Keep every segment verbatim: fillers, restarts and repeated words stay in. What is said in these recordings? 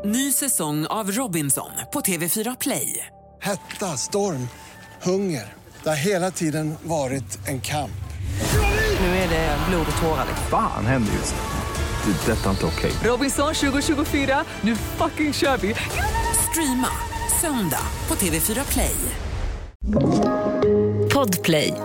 Ny säsong av Robinson på T V fyra Play. Hetta, storm, hunger. Det har hela tiden varit en kamp. Nu är det blod och tårar. Fan händer just nu. Det. Detta är inte okej. Robinson tjugo tjugofyra, nu fucking kör vi. Streama söndag på T V fyra Play. Podplay.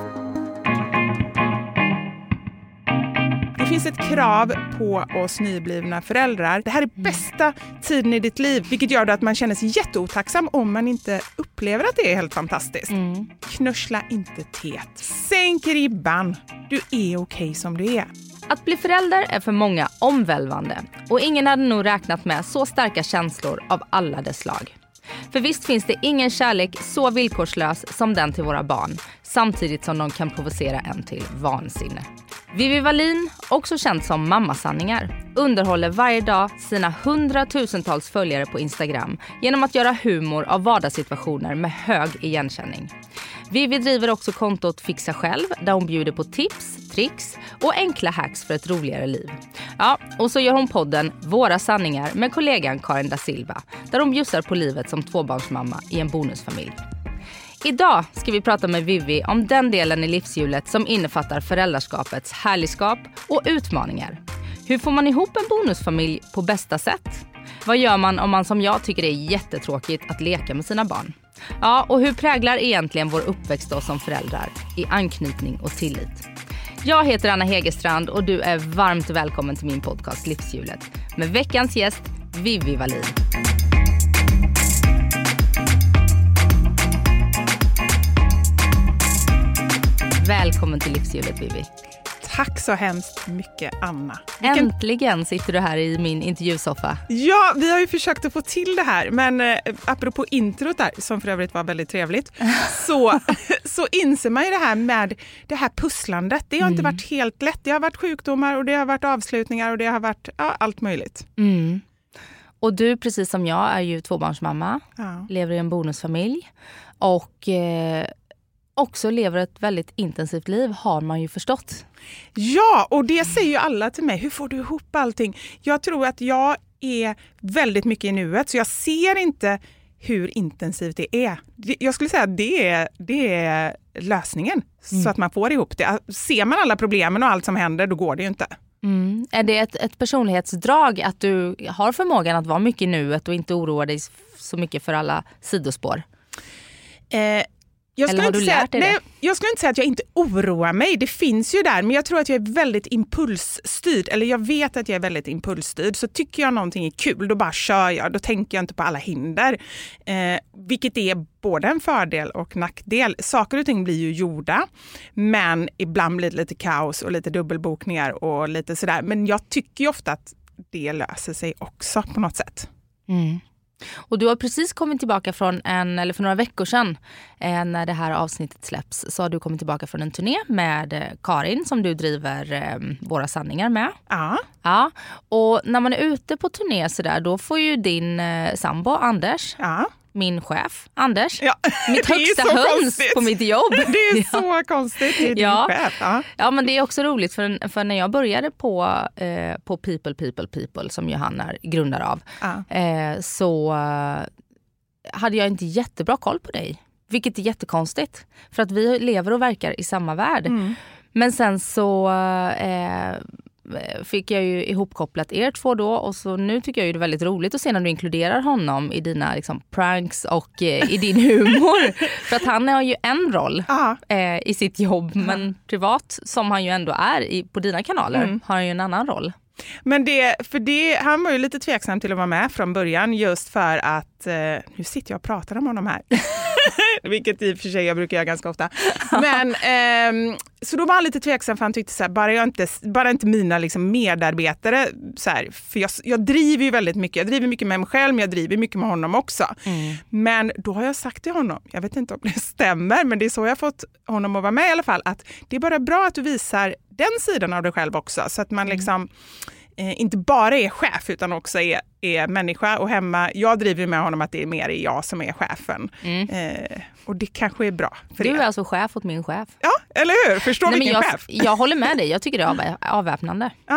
Det finns ett krav på oss nyblivna föräldrar. Det här är bästa tiden i ditt liv, vilket gör att man känner sig jätteotacksam om man inte upplever att det är helt fantastiskt. Mm. Knussla inte tät. Sänk ribban. Du är okej som du är. Att bli förälder är för många omvälvande och ingen hade nog räknat med så starka känslor av alla dess slag. För visst finns det ingen kärlek så villkorslös som den till våra barn, samtidigt som de kan provocera en till vansinne. Vivi Wallin, också känd som Mammasanningar, underhåller varje dag sina hundratusentals följare på Instagram genom att göra humor av vardagssituationer med hög igenkänning. Vivi driver också kontot Fixa Själv, där hon bjuder på tips, tricks och enkla hacks för ett roligare liv. Ja, och så gör hon podden Våra sanningar med kollegan Karin da Silva, där hon bjussar på livet som tvåbarnsmamma i en bonusfamilj. Idag ska vi prata med Vivi om den delen i livshjulet som innefattar föräldraskapets härligskap och utmaningar. Hur får man ihop en bonusfamilj på bästa sätt? Vad gör man om man som jag tycker det är jättetråkigt att leka med sina barn? Ja, och hur präglar egentligen vår uppväxt då som föräldrar i anknytning och tillit? Jag heter Anna Hegerstrand och du är varmt välkommen till min podcast Livshjulet med veckans gäst Vivi Wallin. Välkommen till Livshjulet, Vivi. Tack så hemskt mycket, Anna. Vilken... Äntligen sitter du här i min intervjusoffa. Ja, vi har ju försökt att få till det här. Men eh, apropå introt där, som för övrigt var väldigt trevligt, så, så inser man ju det här med det här pusslandet. Det har mm. inte varit helt lätt. Det har varit sjukdomar och det har varit avslutningar och det har varit ja, allt möjligt. Mm. Och du, precis som jag, är ju tvåbarnsmamma. Ja. Lever i en bonusfamilj. Och... Eh, också lever ett väldigt intensivt liv, har man ju förstått. Ja, och det säger ju alla till mig. Hur får du ihop allting? Jag tror att jag är väldigt mycket i nuet, så jag ser inte hur intensivt det är. Jag skulle säga att det är, det är lösningen, mm. så att man får ihop det. Ser man alla problemen och allt som händer, då går det ju inte. Mm. Är det ett, ett personlighetsdrag att du har förmågan att vara mycket i nuet och inte oroa dig så mycket för alla sidospår? Eh, Jag skulle, inte säga, nej, jag skulle inte säga att jag inte oroar mig. Det finns ju där. Men jag tror att jag är väldigt impulsstyrd. Eller jag vet att jag är väldigt impulsstyrd. Så tycker jag någonting är kul, då bara kör jag. Då tänker jag inte på alla hinder. Eh, vilket är både en fördel och nackdel. Saker och ting blir ju gjorda. Men ibland blir det lite kaos och lite dubbelbokningar och lite sådär. Men jag tycker ju ofta att det löser sig också på något sätt. Mm. Och du har precis kommit tillbaka från en, eller för några veckor sedan eh, när det här avsnittet släpps, så har du kommit tillbaka från en turné med eh, Karin som du driver eh, Våra sanningar med. Ja. Ja. Och när man är ute på turné så där, då får ju din eh, sambo Anders, ja. min chef Anders, ja. mitt högsta höns konstigt. På mitt jobb. Det är ja. så konstigt, det är din ja. chef. Ja. ja, men det är också roligt för, för när jag började på, eh, på People, People, People som Johanna grundar av, ja. eh, så eh, hade jag inte jättebra koll på dig. Vilket är jättekonstigt. För att vi lever och verkar i samma värld. Mm. Men sen så... Eh, fick jag ju ihopkopplat er två då, och så nu tycker jag ju det är väldigt roligt att se när du inkluderar honom i dina liksom, pranks och eh, i din humor. För att han har ju en roll eh, i sitt jobb, Aha. men privat som han ju ändå är i, på dina kanaler mm. har han ju en annan roll. Men det, för det, han var ju lite tveksam till att vara med från början, just för att, eh, nu sitter jag och pratar om honom här, vilket i och för sig jag brukar göra ganska ofta. Men, eh, så då var han lite tveksam, för han tyckte så här, bara, jag inte, bara inte mina liksom, medarbetare, så här, för jag, jag driver ju väldigt mycket, jag driver mycket med mig själv, men jag driver mycket med honom också. Mm. Men då har jag sagt till honom, jag vet inte om det stämmer, men det är så jag har fått honom att vara med i alla fall, att det är bara bra att du visar den sidan av dig själv också, så att man mm. liksom eh, inte bara är chef utan också är, är människa och hemma. Jag driver med honom att det är mer jag som är chefen. Mm. Eh, och det kanske är bra för Du er. är alltså chef åt min chef. Ja, eller hur? Förstår Nej, vilken men jag, chef? jag håller med dig. Jag tycker det är av, avväpnande. Ja. Ja,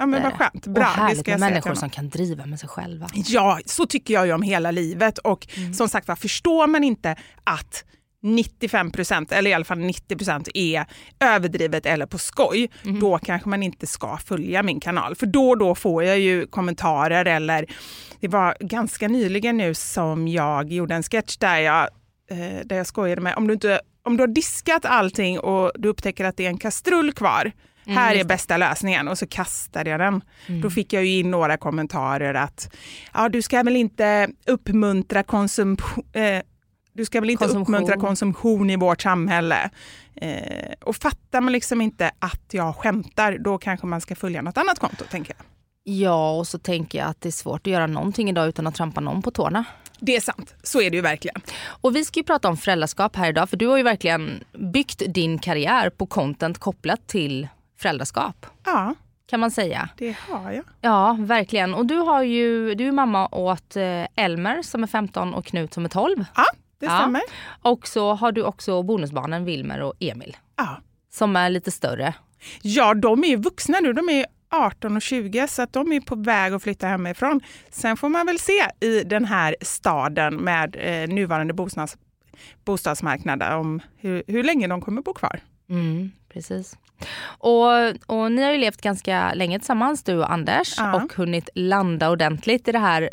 Ja, men vad skönt. Bra. Och härligt det ska jag med säga människor som kan driva med sig själva. Ja, så tycker jag ju om hela livet. Och mm. som sagt, förstår man inte att nittiofem procent eller i alla fall nittio procent är överdrivet eller på skoj, mm. då kanske man inte ska följa min kanal. För då och då får jag ju kommentarer, eller det var ganska nyligen nu som jag gjorde en sketch där jag, eh, där jag skojade med, om du, inte, om du har diskat allting och du upptäcker att det är en kastrull kvar, mm, här är bästa lösningen, och så kastade jag den. Mm. Då fick jag ju in några kommentarer att ja, du ska väl inte uppmuntra konsumtion, eh, Du ska väl inte konsumtion. uppmuntra konsumtion i vårt samhälle. Eh, och fattar man liksom inte att jag skämtar, då kanske man ska följa något annat konto, tänker jag. Ja, och så tänker jag att det är svårt att göra någonting idag utan att trampa någon på tårna. Det är sant, så är det ju verkligen. Och vi ska ju prata om föräldraskap här idag, för du har ju verkligen byggt din karriär på content kopplat till föräldraskap. Ja. Kan man säga. Det har jag. Ja, verkligen. Och du har ju, du är mamma åt Elmer som är femton och Knut som är tolv. Ja. Det stämmer. Ja. Och så har du också bonusbarnen Wilmer och Emil. Ja. Som är lite större. Ja, de är ju vuxna nu. De är arton och tjugo, så att de är på väg att flytta hemifrån. Sen får man väl se i den här staden med eh, nuvarande bostads, bostadsmarknad om hur, hur länge de kommer bo kvar. Mm, precis. Och, och ni har ju levt ganska länge tillsammans, du och Anders. Ja. Och hunnit landa ordentligt i det här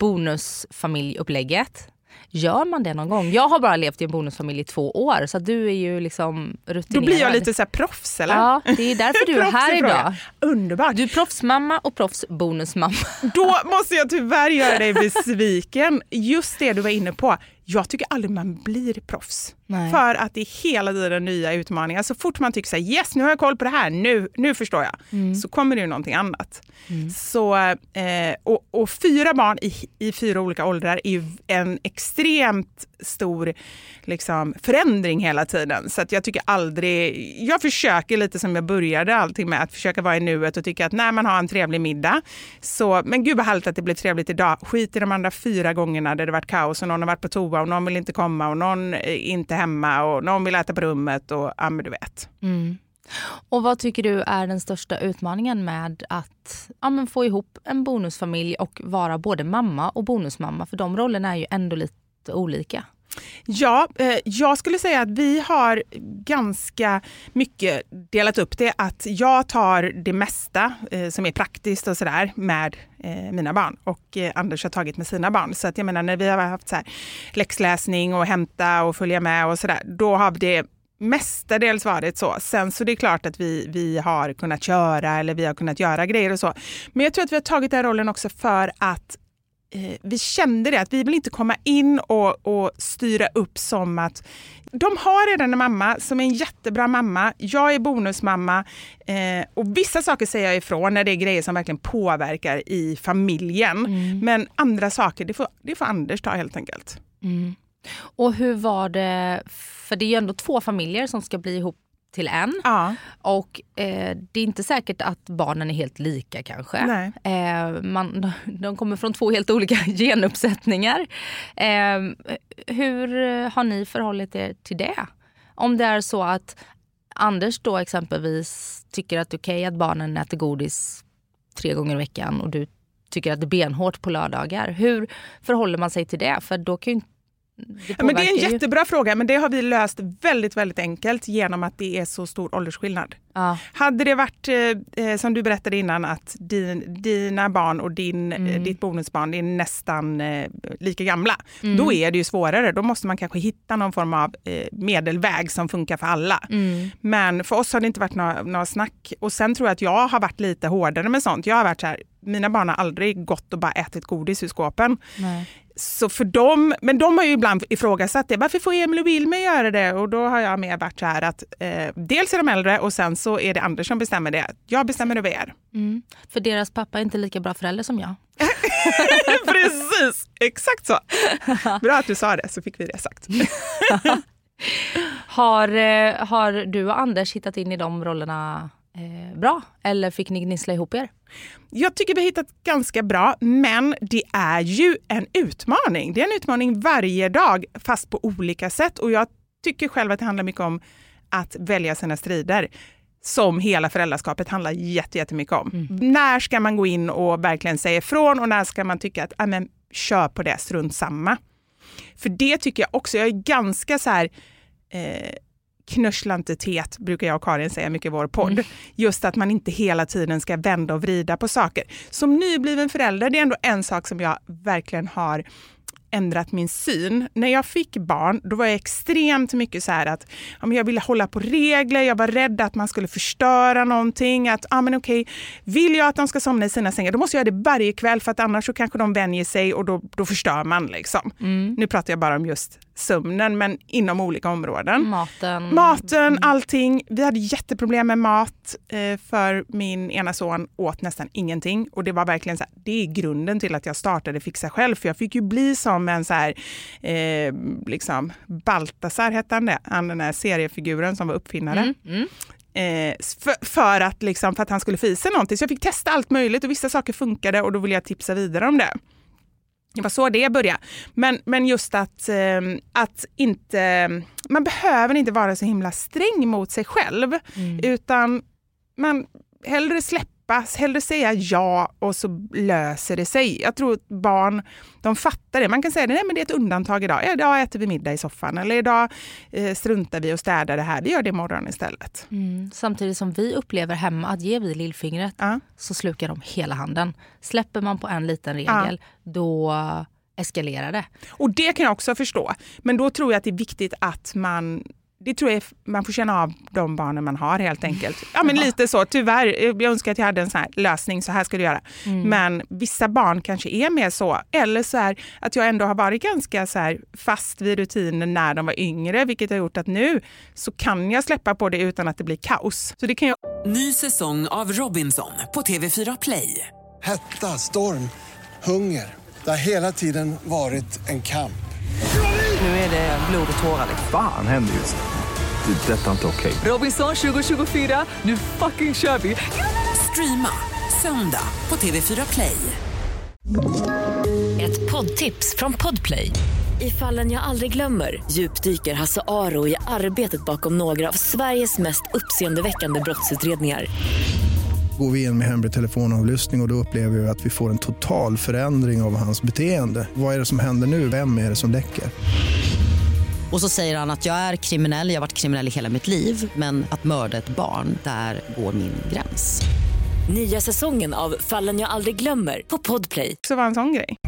bonusfamiljeupplägget. Gör man det någon gång? Jag har bara levt i en bonusfamilj i två år, så du är ju liksom rutinerad. Då blir jag lite så här proffs, eller? Ja, det är därför du är här idag. Underbart. Du är proffsmamma och proffsbonusmamma. Då måste jag tyvärr göra dig besviken. Just det du var inne på. Jag tycker aldrig man blir proffs. Nej. För att det är hela tiden nya utmaningar. Så fort man tycker så här, yes, nu har jag koll på det här, nu, nu förstår jag. Mm. Så kommer det ju någonting annat. Mm. Så, eh, och, och fyra barn i, i fyra olika åldrar är ju en extremt stor liksom, förändring hela tiden. Så att jag tycker aldrig, jag försöker lite som jag började allting med, att försöka vara i nuet och tycka att när man har en trevlig middag, så, men gud vad härligt att det blir trevligt idag. Skit i de andra fyra gångerna där det varit kaos och någon har varit på toa och någon vill inte komma och någon är inte hemma och någon vill äta på rummet och ja, men du vet. Mm. Och vad tycker du är den största utmaningen med att ja, men få ihop en bonusfamilj och vara både mamma och bonusmamma? För de rollerna är ju ändå lite olika. Ja, eh, jag skulle säga att vi har ganska mycket delat upp det. Att jag tar det mesta eh, som är praktiskt och sådär med eh, mina barn. Och eh, Anders har tagit med sina barn. Så att jag menar, när vi har haft så här, läxläsning och hämta och följa med och sådär, då har det mestadels varit så. Sen så det är klart att vi, vi har kunnat köra eller vi har kunnat göra grejer och så. Men jag tror att vi har tagit den rollen också för att vi kände det, att vi vill inte komma in och, och styra upp som att de har redan en mamma som är en jättebra mamma. Jag är bonusmamma eh, och vissa saker säger jag ifrån när det är grejer som verkligen påverkar i familjen. Mm. Men andra saker, det får, det får Anders ta helt enkelt. Mm. Och hur var det, för det är ju ändå två familjer som ska bli ihop till en. Ja. Och eh, det är inte säkert att barnen är helt lika kanske. Nej. Eh, man, de kommer från två helt olika genuppsättningar. Eh, hur har ni förhållit er till det? Om det är så att Anders då exempelvis tycker att det är okej att barnen äter godis tre gånger i veckan och du tycker att det är benhårt på lördagar. Hur förhåller man sig till det? För då kan ju inte Det, ja, men det är en jättebra ju. fråga, men det har vi löst väldigt, väldigt enkelt genom att det är så stor åldersskillnad. Ja. Hade det varit, eh, som du berättade innan, att din, dina barn och din, mm. eh, ditt bonusbarn är nästan eh, lika gamla, mm. då är det ju svårare. Då måste man kanske hitta någon form av eh, medelväg som funkar för alla. Mm. Men för oss har det inte varit några, några snack. Och sen tror jag att jag har varit lite hårdare med sånt. Jag har varit så här, mina barn har aldrig gått och bara ätit godis ur skåpen. Nej. Så för dem, men de har ju ibland ifrågasatt det. Varför får Emil och Wilmer göra det? Och då har jag med varit så här att eh, dels är de äldre och sen så är det Anders som bestämmer det. Jag bestämmer över er. Mm. För deras pappa är inte lika bra förälder som jag. Precis, exakt så. Bra att du sa det, så fick vi det sagt. har, har du och Anders hittat in i de rollerna eh, bra? Eller fick ni gnissla ihop er? Jag tycker vi har hittat ganska bra, men det är ju en utmaning. Det är en utmaning varje dag, fast på olika sätt. Och jag tycker själv att det handlar mycket om att välja sina strider. som hela föräldraskapet handlar jättemycket om. Mm. När ska man gå in och verkligen säga ifrån och när ska man tycka att ah, men, kör på det, strunt samma. För det tycker jag också, jag är ganska så här eh, knörslantitet brukar jag och Karin säga mycket i vår podd. Mm. Just att man inte hela tiden ska vända och vrida på saker. Som nybliven förälder, det är ändå en sak som jag verkligen har ändrat min syn. När jag fick barn, då var jag extremt mycket så här att ja, men jag ville hålla på regler, jag var rädd att man skulle förstöra någonting, att ja, men okej, vill jag att de ska somna i sina sängar, då måste jag göra det varje kväll för att annars så kanske de vänjer sig och då, då förstör man liksom. Mm. Nu pratar jag bara om just sömnen, men inom olika områden. Maten. Maten, mm. allting. Vi hade jätteproblem med mat eh, för min ena son åt nästan ingenting. Och det var verkligen så här, det är grunden till att jag startade Fixa Själv. För jag fick ju bli som en så här, eh, liksom, Baltasar hette han det. Han den här seriefiguren som var uppfinnare. Mm. Mm. Eh, för, för, att, liksom, för att han skulle få i sig någonting. Så jag fick testa allt möjligt och vissa saker funkade och då ville jag tipsa vidare om det. Det var så det började. Men, men just att, eh, att inte, man behöver inte vara så himla sträng mot sig själv. Mm. Utan man hellre släppas, hellre säga ja och så löser det sig. Jag tror att barn, de fattar det. Man kan säga, nej men det är ett undantag idag. Ja, idag äter vi middag i soffan. Eller idag eh, struntar vi och städar det här. Vi gör det imorgon istället. Mm. Samtidigt som vi upplever hemma att ger vi lillfingret ja. så slukar de hela handen. Släpper man på en liten regel, ja. då eskalerar det. Och det kan jag också förstå. Men då tror jag att det är viktigt att man... Det tror jag man får känna av de barnen man har helt enkelt. Ja men lite så, tyvärr. Jag önskar att jag hade en sån här lösning, så här ska du göra. Mm. Men vissa barn kanske är mer så. Eller så här att jag ändå har varit ganska så här fast vid rutinen när de var yngre. Vilket har gjort att nu så kan jag släppa på det utan att det blir kaos. Så det kan jag... Ny säsong av Robinson på T V fyra Play. Hetta, storm, hunger. Det har hela tiden varit en kamp. Nu är det blod och tårar. Fan händer just det. Det är detta inte okej. Okay. Robinson tjugo tjugofyra, nu fucking kör vi. Streama söndag på T V fyra Play. Ett poddtips från Podplay. I Fallen jag aldrig glömmer djupdyker Hasse Aro i arbetet bakom några av Sveriges mest uppseendeväckande brottsutredningar. Går vi in med hemlig telefonavlyssning och då upplever vi att vi får en total förändring av hans beteende. Vad är det som händer nu? Vem är det som läcker? Och så säger han att jag är kriminell, jag har varit kriminell i hela mitt liv. Men att mörda ett barn, där går min gräns. Nya säsongen av Fallen jag aldrig glömmer på Podplay. Så var en sån grej.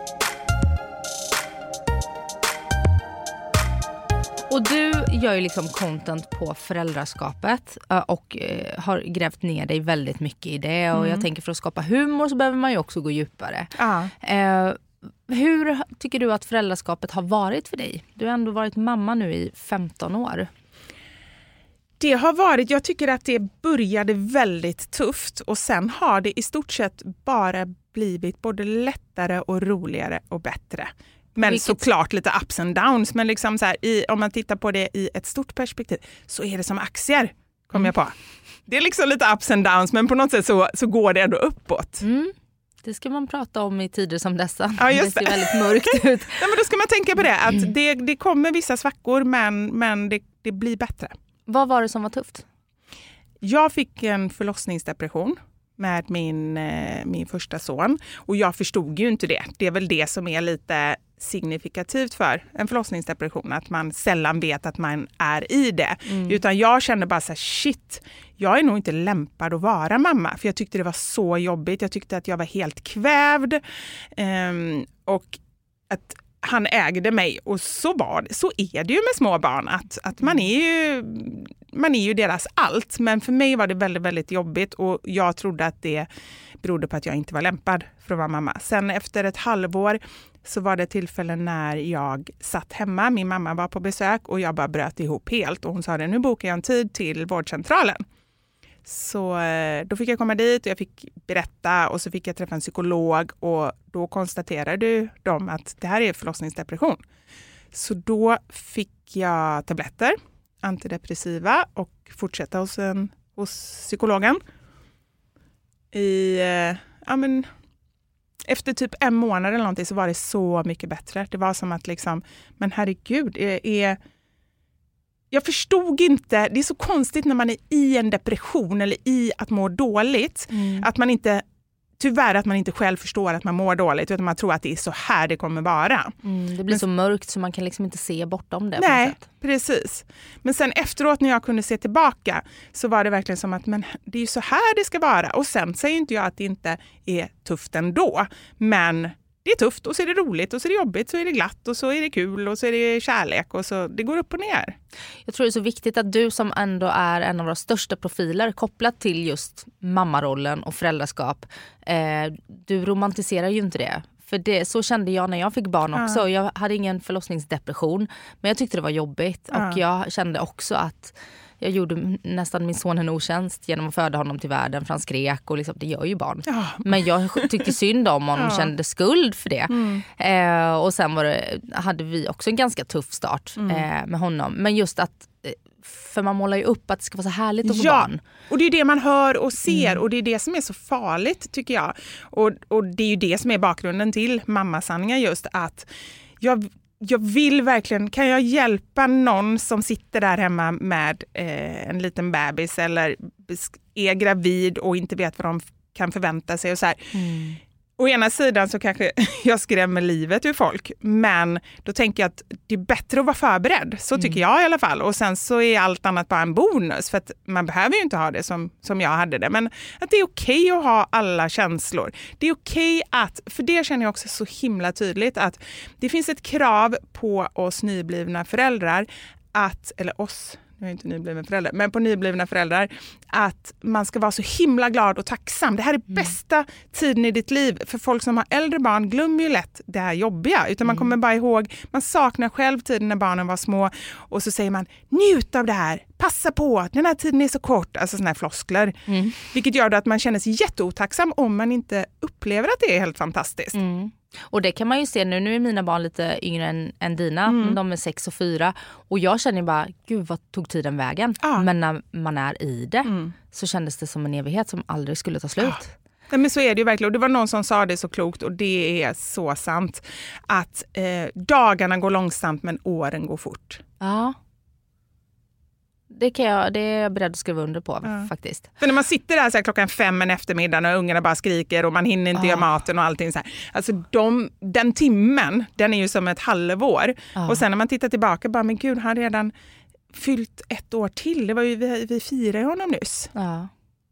Och du gör ju liksom content på föräldraskapet och har grävt ner dig väldigt mycket i det. Och mm. jag tänker för att skapa humor så behöver man ju också gå djupare. Ah. Eh, hur tycker du att föräldraskapet har varit för dig? Du har ändå varit mamma nu i femton år. Det har varit, jag tycker att det började väldigt tufft och sen har det i stort sett bara blivit både lättare och roligare och bättre. Men Vilket... såklart lite ups and downs. Men liksom så här, i, om man tittar på det i ett stort perspektiv så är det som aktier, kom mm. jag på. Det är liksom lite ups and downs, men på något sätt så, så går det ändå uppåt. Mm. Det ska man prata om i tider som dessa. Ja, just det ser väldigt mörkt ut. Nej, men då ska man tänka på det, att det, det kommer vissa svackor, men, men det, det blir bättre. Vad var det som var tufft? Jag fick en förlossningsdepression med min, min första son. Och jag förstod ju inte det. Det är väl det som är lite signifikativt för en förlossningsdepression. Att man sällan vet att man är i det. Mm. Utan jag kände bara så här, shit, jag är nog inte lämpad att vara mamma. För jag tyckte det var så jobbigt. Jag tyckte att jag var helt kvävd. Um, och att han ägde mig. Och så var det. Så är det ju med små barn. Att, att man är ju... Man är ju deras allt, men för mig var det väldigt, väldigt jobbigt och jag trodde att det berodde på att jag inte var lämpad för att vara mamma. Sen efter ett halvår så var det tillfällen när jag satt hemma, min mamma var på besök och jag bara bröt ihop helt och hon sa det, nu bokar jag en tid till vårdcentralen. Så då fick jag komma dit och jag fick berätta och så fick jag träffa en psykolog och då konstaterade de att det här är förlossningsdepression. Så då fick jag tabletter, antidepressiva och fortsätta hos, en, hos psykologen. I, ja men, efter typ en månad eller någonting så var det så mycket bättre. Det var som att liksom, men herregud, är, är, jag förstod inte, det är så konstigt när man är i en depression eller i att må dåligt, mm. att man inte, tyvärr att man inte själv förstår att man mår dåligt, utan man tror att det är så här det kommer vara. Mm, det blir Men, så mörkt så man kan liksom inte se bortom det. Nej, på något sätt. Precis. Men sen efteråt när jag kunde se tillbaka så var det verkligen som att men det är ju så här det ska vara. Och sen säger inte jag att det inte är tufft ändå, men det är tufft och så är det roligt och så är det jobbigt, så är det glatt och så är det kul och så är det kärlek och så det går upp och ner. Jag tror det är så viktigt att du som ändå är en av våra största profiler kopplat till just mammarollen och föräldraskap, eh, du romantiserar ju inte det. För det, så kände jag när jag fick barn också. Ja. Jag hade ingen förlossningsdepression, men jag tyckte det var jobbigt. Ja. Och jag kände också att jag gjorde nästan min son en otjänst genom att föda honom till världen, för han skrek och liksom, det gör ju barn. Ja. Men jag tyckte synd om honom och ja. kände skuld för det. Mm. Eh, och sen var det, hade vi också en ganska tuff start mm. eh, med honom. Men just att, för man målar ju upp att det ska vara så härligt att få ja. barn. Och det är det man hör och ser mm. och det är det som är så farligt tycker jag. Och, och det är ju det som är bakgrunden till mammasanningar, just att jag Jag vill verkligen, kan jag hjälpa någon som sitter där hemma med eh, en liten bebis eller är gravid och inte vet vad de kan förvänta sig och så här. Mm. Å ena sidan så kanske jag skrämmer livet ur folk, men då tänker jag att det är bättre att vara förberedd. Så tycker mm. jag i alla fall. Och sen så är allt annat bara en bonus, för att man behöver ju inte ha det som, som jag hade det. Men att det är okej att ha alla känslor. Det är okej att, för det känner jag också så himla tydligt, att det finns ett krav på oss nyblivna föräldrar att, eller oss, jag är inte nyblivna föräldrar, men på nyblivna föräldrar, att man ska vara så himla glad och tacksam. Det här är bästa mm. tiden i ditt liv. För folk som har äldre barn glömmer ju lätt det här jobbiga. Utan mm. man kommer bara ihåg, man saknar själv tiden när barnen var små. Och så säger man, njut av det här. Passa på, den här tiden är så kort. Alltså såna här floskler. Mm. Vilket gör att man känner sig jätteotacksam om man inte upplever att det är helt fantastiskt. Mm. Och det kan man ju se nu, nu är mina barn lite yngre än, än dina, mm. de är sex och fyra. Och jag känner bara, gud vad tog tiden vägen? Ah. Men när man är i det mm. så kändes det som en evighet som aldrig skulle ta slut. Ah. Ja, men så är det ju verkligen. Och det var någon som sa det så klokt, och det är så sant. Att eh, dagarna går långsamt men åren går fort. Ja. Det, kan jag, det är jag beredd att skriva under på ja. faktiskt. För när man sitter där så här, klockan fem en eftermiddag och ungarna bara skriker och man hinner inte oh. göra maten och allting så här. Alltså de, den timmen, den är ju som ett halvår. Oh. Och sen när man tittar tillbaka bara, men gud, han har redan fyllt ett år till. Det var ju, vi, vi firade honom nyss. Ja.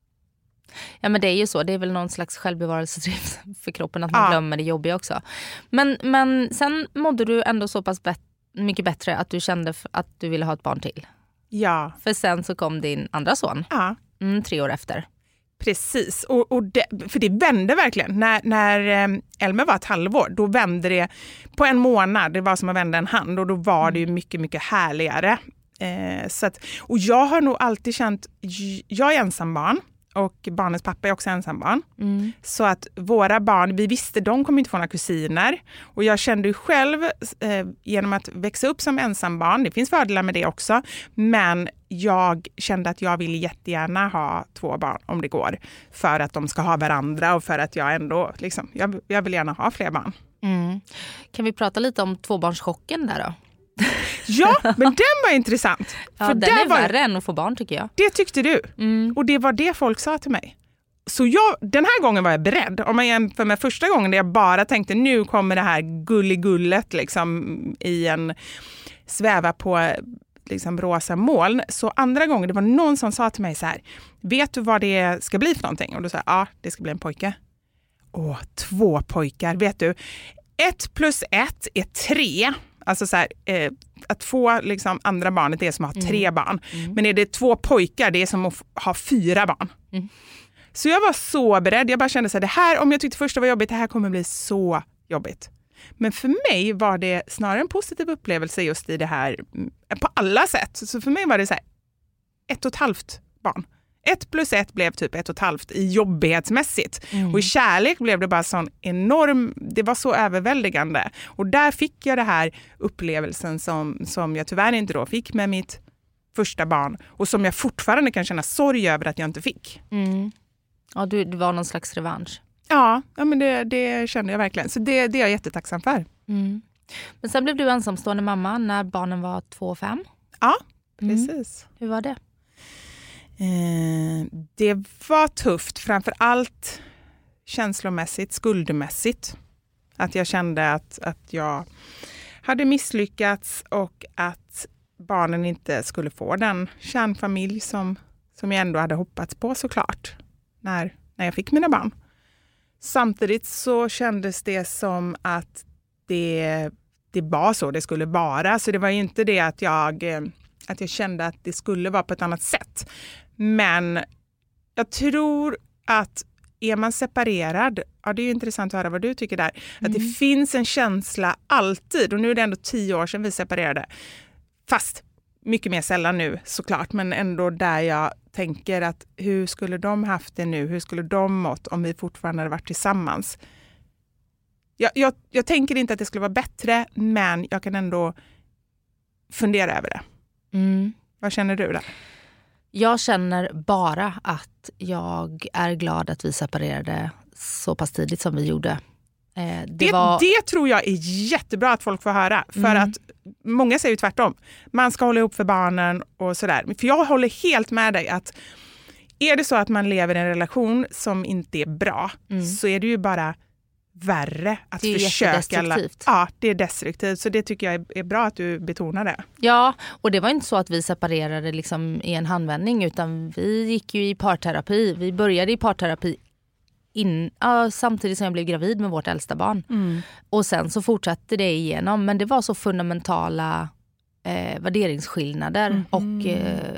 Ja, men det är ju så. Det är väl någon slags självbevarelsedrift för kroppen att man ja. glömmer det jobbiga också. Men, men sen mådde du ändå så pass bet- mycket bättre att du kände att du ville ha ett barn till. Ja. För sen så kom din andra son. Ja. Mm, tre år efter. Precis. Och, och det, för det vände verkligen. När, när um, Elmer var ett halvår, då vände det på en månad. Det var som att vända en hand. Och då var det ju mycket, mycket härligare. Eh, så att, och jag har nog alltid känt, jag är ensambarn. Och barnens pappa är också ensambarn. Mm. Så att våra barn, vi visste de kommer inte få några kusiner. Och jag kände ju själv eh, genom att växa upp som ensambarn, det finns fördelar med det också. Men jag kände att jag vill jättegärna ha två barn om det går. För att de ska ha varandra och för att jag ändå, liksom, jag, jag vill gärna ha fler barn. Mm. Kan vi prata lite om tvåbarnschocken där då? Ja, men den var intressant. Ja, för den är var, värre än att få barn tycker jag. Det tyckte du. Mm. Och det var det folk sa till mig. Så jag, den här gången var jag beredd. Om man jämför med första gången där jag bara tänkte, nu kommer det här gulligullet liksom i en sväva på liksom rosa moln. Så andra gången, det var någon som sa till mig så här, vet du vad det ska bli för någonting? Och då sa jag, ja, det ska bli en pojke. Åh, två pojkar, vet du. Ett plus ett är tre. Alltså så här, eh, att få liksom andra barnet är som att ha tre mm. barn. Mm. Men är det två pojkar, det är som att f- ha fyra barn. Mm. Så jag var så beredd. Jag bara kände så här, det här, om jag tyckte första var jobbigt, det här kommer bli så jobbigt. Men för mig var det snarare en positiv upplevelse just i det här på alla sätt. Så för mig var det så här, ett och ett halvt barn. Ett plus ett blev typ ett och ett halvt i jobbighetsmässigt. Mm. Och i kärlek blev det bara sån enorm, det var så överväldigande. Och där fick jag det här upplevelsen som, som jag tyvärr inte då fick med mitt första barn. Och som jag fortfarande kan känna sorg över att jag inte fick. Mm. Ja, du, det var någon slags revansch. Ja, ja men det, det kände jag verkligen. Så det, det är jag jättetacksam för. Mm. Men sen blev du ensamstående mamma när barnen var två och fem. Ja. Precis. Mm. Hur var det? Eh, det var tufft, framför allt känslomässigt, skuldmässigt. Att jag kände att, att jag hade misslyckats och att barnen inte skulle få den kärnfamilj som, som jag ändå hade hoppats på såklart när, när jag fick mina barn. Samtidigt så kändes det som att det, det var så det skulle vara. Så det var ju inte det att jag, att jag kände att det skulle vara på ett annat sätt. Men jag tror att är man separerad, ja det är ju intressant att höra vad du tycker där, mm. att det finns en känsla alltid, och nu är det ändå tio år sedan vi separerade, fast mycket mer sällan nu såklart, men ändå där jag tänker att hur skulle de haft det nu, hur skulle de mått om vi fortfarande hade varit tillsammans. Jag, jag, jag tänker inte att det skulle vara bättre, men jag kan ändå fundera över det. Mm. Vad känner du där? Jag känner bara att jag är glad att vi separerade så pass tidigt som vi gjorde. Eh, det, det, var... det tror jag är jättebra att folk får höra. För mm. att många säger ju tvärtom. Man ska hålla ihop för barnen och sådär. För jag håller helt med dig att är det så att man lever i en relation som inte är bra mm. så är det ju bara värre att det är försöka. Destruktivt. Ja, det är destruktivt. Så det tycker jag är, är bra att du betonar det. Ja, och det var inte så att vi separerade liksom i en handvändning, utan vi gick ju i parterapi. Vi började i parterapi in, ja, samtidigt som jag blev gravid med vårt äldsta barn. Mm. Och sen så fortsatte det igenom. Men det var så fundamentala eh, värderingsskillnader mm. och eh,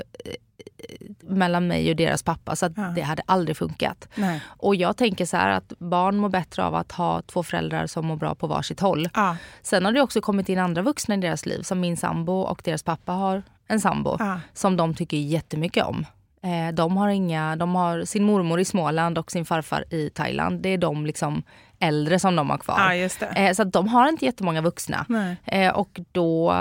mellan mig och deras pappa, så att ja. det hade aldrig funkat. Nej. Och jag tänker så här att barn mår bättre av att ha två föräldrar som mår bra på varsitt håll. Ja. Sen har det också kommit in andra vuxna i deras liv, som min sambo och deras pappa har en sambo ja. som de tycker jättemycket om. Eh, de har inga, de har sin mormor i Småland och sin farfar i Thailand. Det är de liksom äldre som de har kvar. Ja, just det. Eh, så att de har inte jättemånga vuxna. Eh, och då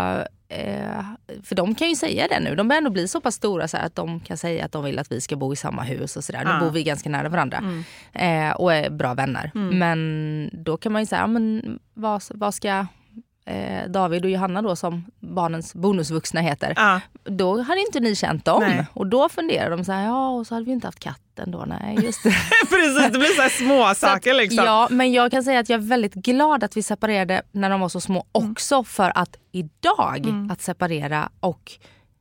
för de kan ju säga det nu. De börjar ändå bli så pass stora så här att de kan säga att de vill att vi ska bo i samma hus och sådär. Nu ah. bor vi ganska nära varandra mm. eh, och är bra vänner. Mm. Men då kan man ju säga, men vad, vad ska eh, David och Johanna då, som barnens bonusvuxna heter, ah. då hade inte ni känt dem. Nej. Och då funderar de så här, ja, och så hade vi inte haft katten då. Nej, just det. Precis, det blir så här små saker liksom. Ja, men jag kan säga att jag är väldigt glad att vi separerade när de var så små mm. också, för att idag mm. att separera och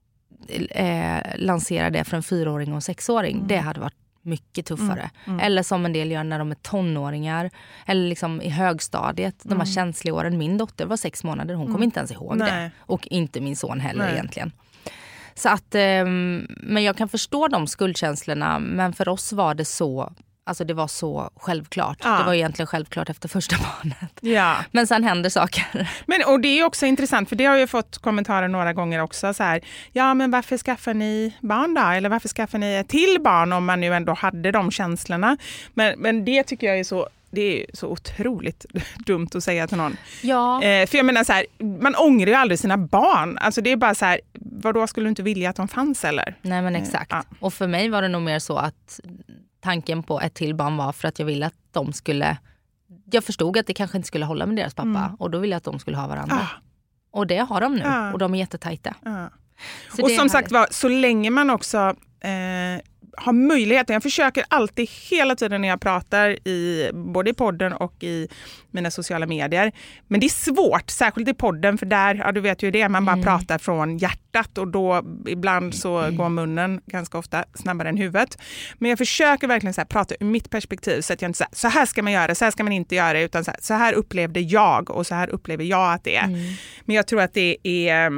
eh, lansera det för en fyraåring och en sexåring, mm. det hade varit mycket tuffare. Mm. Mm. Eller som en del gör när de är tonåringar. Eller liksom i högstadiet. De här mm. känsliga åren. Min dotter var sex månader. Hon mm. kom inte ens ihåg Nej. det. Och inte min son heller Nej. egentligen. Så att, eh, men jag kan förstå de skuldkänslorna. Men för oss var det så... Alltså det var så självklart. Ja. Det var egentligen självklart efter första barnet. Ja. Men sen händer saker. Men, och det är också intressant, för det har jag fått kommentarer några gånger också. Så här, ja, men varför skaffar ni barn då? Eller varför skaffar ni ett till barn om man nu ändå hade de känslorna? Men, men det tycker jag är så... Det är så otroligt dumt att säga till någon. Ja. Eh, för jag menar så här, man ångrar ju aldrig sina barn. Alltså det är bara så här, vadå, skulle du inte vilja att de fanns eller? Nej, men exakt. Eh, ja. Och för mig var det nog mer så att tanken på ett till barn var för att jag ville att de skulle... Jag förstod att det kanske inte skulle hålla med deras pappa. Mm. Och då ville jag att de skulle ha varandra. Ah. Och det har de nu. Ah. Och de är jättetajta. Ah. Och som sagt var, så länge man också... Eh, har möjligheten. Jag försöker alltid hela tiden när jag pratar i både i podden och i mina sociala medier. Men det är svårt, särskilt i podden, för där, ja du vet ju det, man bara mm. pratar från hjärtat och då ibland så mm. går munnen ganska ofta snabbare än huvudet. Men jag försöker verkligen så här, prata ur mitt perspektiv så att jag inte säger så här ska man göra, så här ska man inte göra, utan så här, så här upplevde jag och så här upplever jag att det är. Mm. Men jag tror att det är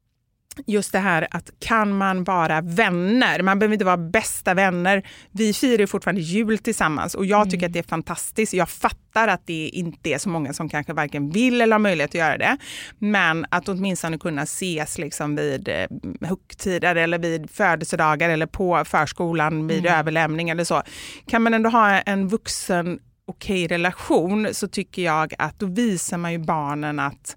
just det här att kan man vara vänner, man behöver inte vara bästa vänner. Vi firar fortfarande jul tillsammans och jag tycker mm. att det är fantastiskt. Jag fattar att det inte är så många som kanske varken vill eller har möjlighet att göra det. Men att åtminstone kunna ses liksom vid högtider eller vid födelsedagar eller på förskolan vid mm. överlämning eller så. Kan man ändå ha en vuxen okej relation, så tycker jag att då visar man ju barnen att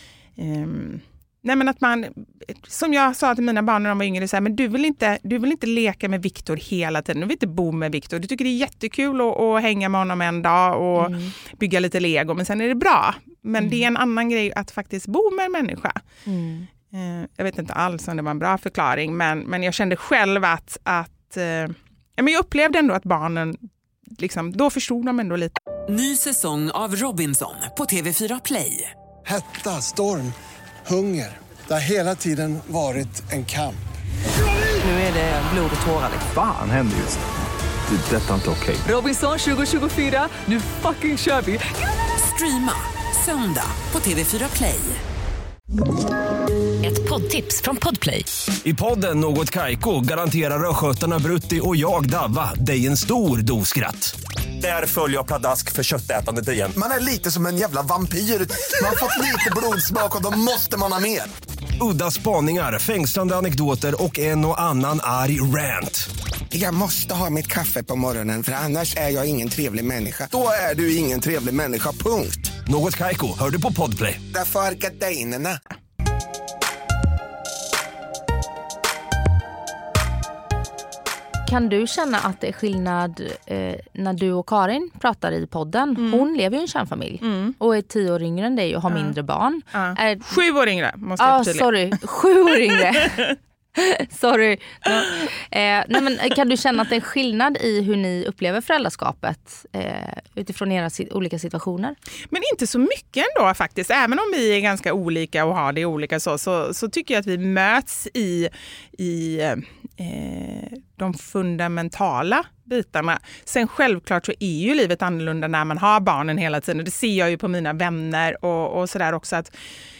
um, Nej, men att man, som jag sa till mina barn när de var yngre, så här, men du vill inte, du vill inte leka med Viktor hela tiden. Du vill inte bo med Viktor. Du tycker det är jättekul att, att hänga med honom en dag och mm. bygga lite Lego, men sen är det bra. Men mm. det är en annan grej att faktiskt bo med en människa. Mm. Eh, jag vet inte alls om det var en bra förklaring, men, men jag kände själv att, att eh, ja, men jag upplevde ändå att barnen, liksom, då förstod de ändå lite. Ny säsong av Robinson på T V fyra Play. Hetta, storm, hunger. Det har hela tiden varit en kamp. Nu är det blod och tårar. Fan händer just det. Det är detta inte okej. Robinson tjugo tjugofyra, nu fucking kör vi. Streama söndag på T V fyra Play. Ett poddtips från Podplay. I podden Något Kaiko garanterar östgötarna Brutti och jag Davva dig en stor doskratt. Där följer jag pladask för köttätandet igen. Man är lite som en jävla vampyr. Man har fått lite blodsmak och då måste man ha mer. Udda spaningar, fängslande anekdoter och en och annan arg rant. Jag måste ha mitt kaffe på morgonen för annars är jag ingen trevlig människa. Då är du ingen trevlig människa, punkt. Något Kaiko, hör du på Podplay. Därför är gardinerna. Kan du känna att det är skillnad eh, när du och Karin pratar i podden? Mm. Hon lever ju i en kärnfamilj mm. och är tio år yngre än dig och har ja. mindre barn. Ja. Är... Sju år yngre, måste jag ah, sorry, sju år yngre. Sorry. No. Eh, nej, men kan du känna att det är skillnad i hur ni upplever föräldraskapet eh, utifrån era si- olika situationer? Men inte så mycket ändå faktiskt. Även om vi är ganska olika och har det olika så, så, så tycker jag att vi möts i, i eh, de fundamentala bitarna. Sen självklart så är ju livet annorlunda när man har barnen hela tiden. Det ser jag ju på mina vänner och, och sådär också, att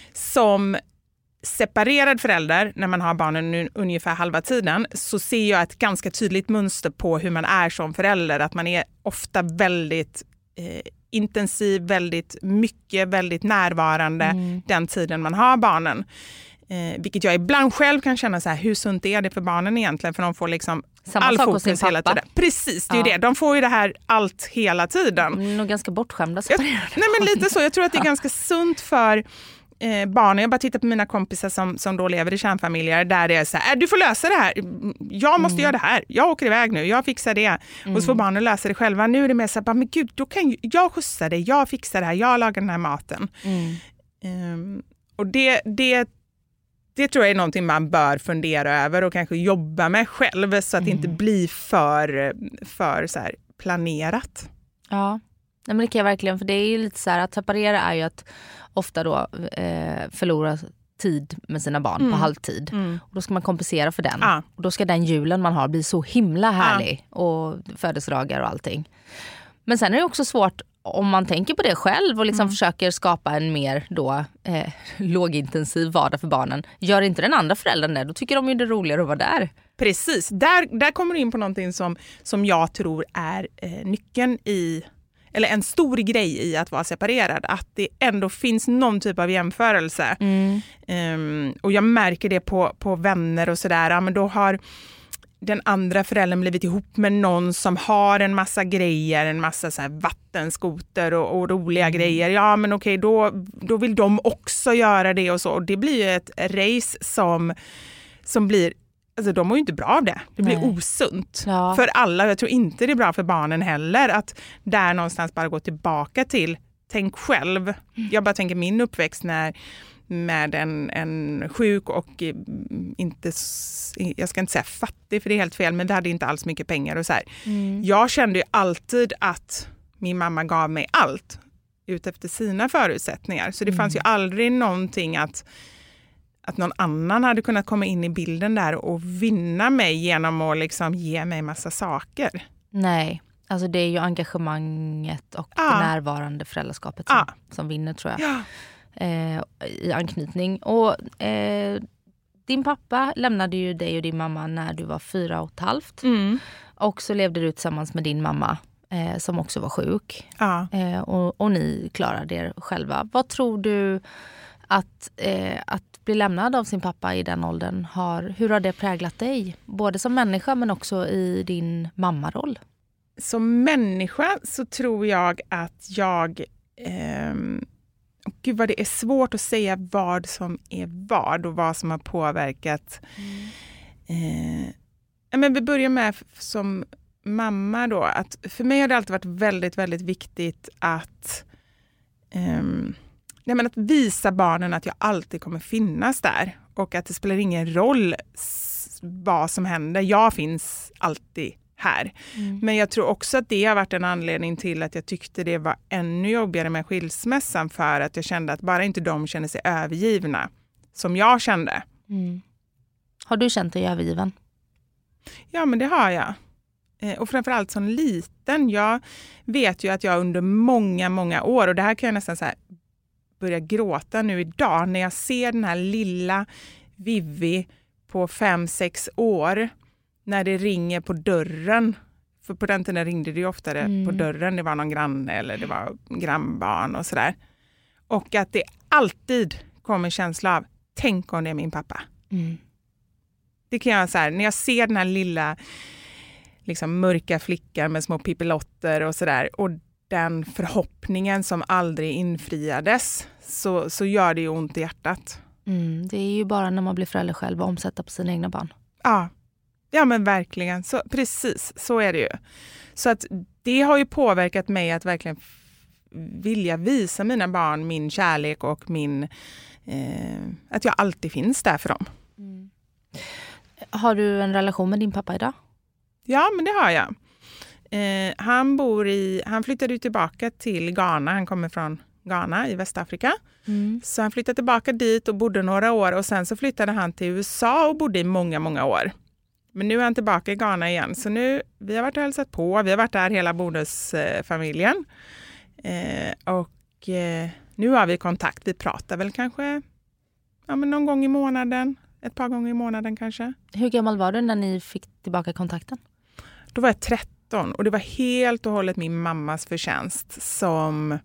som separerad förälder, när man har barnen ungefär halva tiden, så ser jag ett ganska tydligt mönster på hur man är som förälder. Att man är ofta väldigt eh, intensiv, väldigt mycket, väldigt närvarande mm. den tiden man har barnen. Eh, vilket jag ibland själv kan känna så här, hur sunt är det för barnen egentligen? För de får liksom samma all sak fokus hela tiden. Precis, det är ju ja. det. De får ju det här allt hela tiden. Mm, och ganska bortskämda. Jag, nej men lite så, jag tror att det är ganska sunt för Eh, barnen. Jag bara tittar på mina kompisar som, som då lever i kärnfamiljer där det är så här, du får lösa det här, jag måste mm. göra det här, jag åker iväg nu, jag fixar det mm. och så får barnen lösa det själva. Nu är det mer så här, men gud, då kan jag, jag skjutsa det, jag fixar det här, jag lagar den här maten mm. um, och det, det det tror jag är någonting man bör fundera över och kanske jobba med själv så att mm. det inte blir för, för så här planerat. Ja. Nej, men det kan jag verkligen, för det är ju lite så här, att separera är ju att ofta då eh, förlora tid med sina barn mm. på halvtid. Mm. Och då ska man kompensera för den. Ah. Och då ska den julen man har bli så himla härlig. Ah. Och födelsedagar och allting. Men sen är det också svårt om man tänker på det själv och liksom mm. försöker skapa en mer då eh, lågintensiv vardag för barnen. Gör inte den andra föräldern det, då tycker de ju det är roligare att vara där. Precis, där, där kommer du in på någonting som, som jag tror är eh, nyckeln i, eller en stor grej i att vara separerad. Att det ändå finns någon typ av jämförelse. Mm. Um, och jag märker det på, på vänner och sådär. Ja, men då har den andra föräldern blivit ihop med någon som har en massa grejer, en massa så här vattenskoter och, och roliga mm. grejer. Ja, men okej, då, då vill de också göra det och så. Och det blir ju ett race som, som blir, alltså de mår ju inte bra av det. Det blir Nej. osunt ja. för alla. Jag tror inte det är bra för barnen heller att där någonstans bara gå tillbaka till, tänk själv. Mm. Jag bara tänker min uppväxt när med en, en sjuk och inte, jag ska inte säga fattig för det är helt fel, men det hade inte alls mycket pengar och så här. Mm. Jag kände ju alltid att min mamma gav mig allt ut efter sina förutsättningar. Så det mm. fanns ju aldrig någonting att att någon annan hade kunnat komma in i bilden där och vinna mig genom att liksom ge mig massa saker. Nej, alltså det är ju engagemanget och ah. det närvarande föräldraskapet som, ah. som vinner tror jag. Ja. Eh, i anknytning. Och eh, din pappa lämnade ju dig och din mamma när du var fyra och ett halvt. Mm. Och så levde du tillsammans med din mamma eh, som också var sjuk. Ja. Eh, och, och ni klarade er själva. Vad tror du att, eh, att bli lämnad av sin pappa i den åldern har, hur har det präglat dig? Både som människa men också i din mammaroll. Som människa så tror jag att jag ehm Gud vad det är svårt att säga vad som är vad och vad som har påverkat. Mm. Eh, men vi börjar med som mamma då. Att för mig har det alltid varit väldigt, väldigt viktigt att, eh, nej men att visa barnen att jag alltid kommer finnas där. och att det spelar ingen roll vad som händer. Jag finns alltid här. Mm. Men jag tror också att det har varit en anledning till att jag tyckte det var ännu jobbigare med skilsmässan, för att jag kände att bara inte de känner sig övergivna som jag kände. Mm. Har du känt dig övergiven? Ja, men det har jag. Eh, och framförallt som liten. Jag vet ju att jag under många, många år, och det här kan jag nästan så här börja gråta nu idag, när jag ser den här lilla Vivi på fem, sex år när det ringer på dörren. För på den tiden ringde det ju oftare mm. på dörren. Det var någon granne eller det var grannbarn och sådär. Och att det alltid kommer en känsla av, tänk om det är min pappa. Mm. Det kan jag säga, när jag ser den här lilla liksom mörka flickan med små pippilotter och sådär, och den förhoppningen som aldrig infriades, så, så gör det ju ont i hjärtat. Mm, det är ju bara när man blir förälder själv och omsätta på sina egna barn. Ja, ja men verkligen. Så, precis, så är det ju. Så att det har ju påverkat mig att verkligen vilja visa mina barn min kärlek och min eh, att jag alltid finns där för dem. Mm. Har du en relation med din pappa idag? Ja, men det har jag. Eh, han bor i, han flyttade ju tillbaka till Ghana. Han kommer från Ghana i Västafrika. Mm. Så han flyttade tillbaka dit och bodde några år. Och sen så flyttade han till U S A och bodde i många, många år. Men nu är han tillbaka i Ghana igen. Så nu, vi har varit och hälsat på. Vi har varit där hela bonusfamiljen. Eh, och eh, nu har vi kontakt. Vi pratar väl kanske ja, men någon gång i månaden. Ett par gånger i månaden kanske. Hur gammal var du när ni fick tillbaka kontakten? Då var jag tretton och det var helt och hållet min mammas förtjänst som...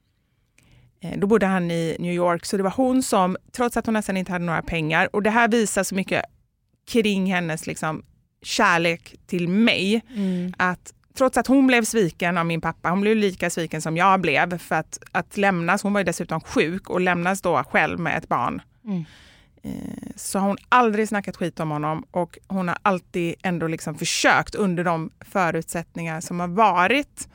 Då bodde han i New York, så det var hon som, trots att hon nästan inte hade några pengar, och det här visar så mycket kring hennes liksom, kärlek till mig, mm. att trots att hon blev sviken av min pappa, hon blev lika sviken som jag blev, för att, att lämnas, hon var ju dessutom sjuk och lämnas då själv med ett barn. Mm. Så har hon aldrig snackat skit om honom, och hon har alltid ändå liksom försökt under de förutsättningar som har varit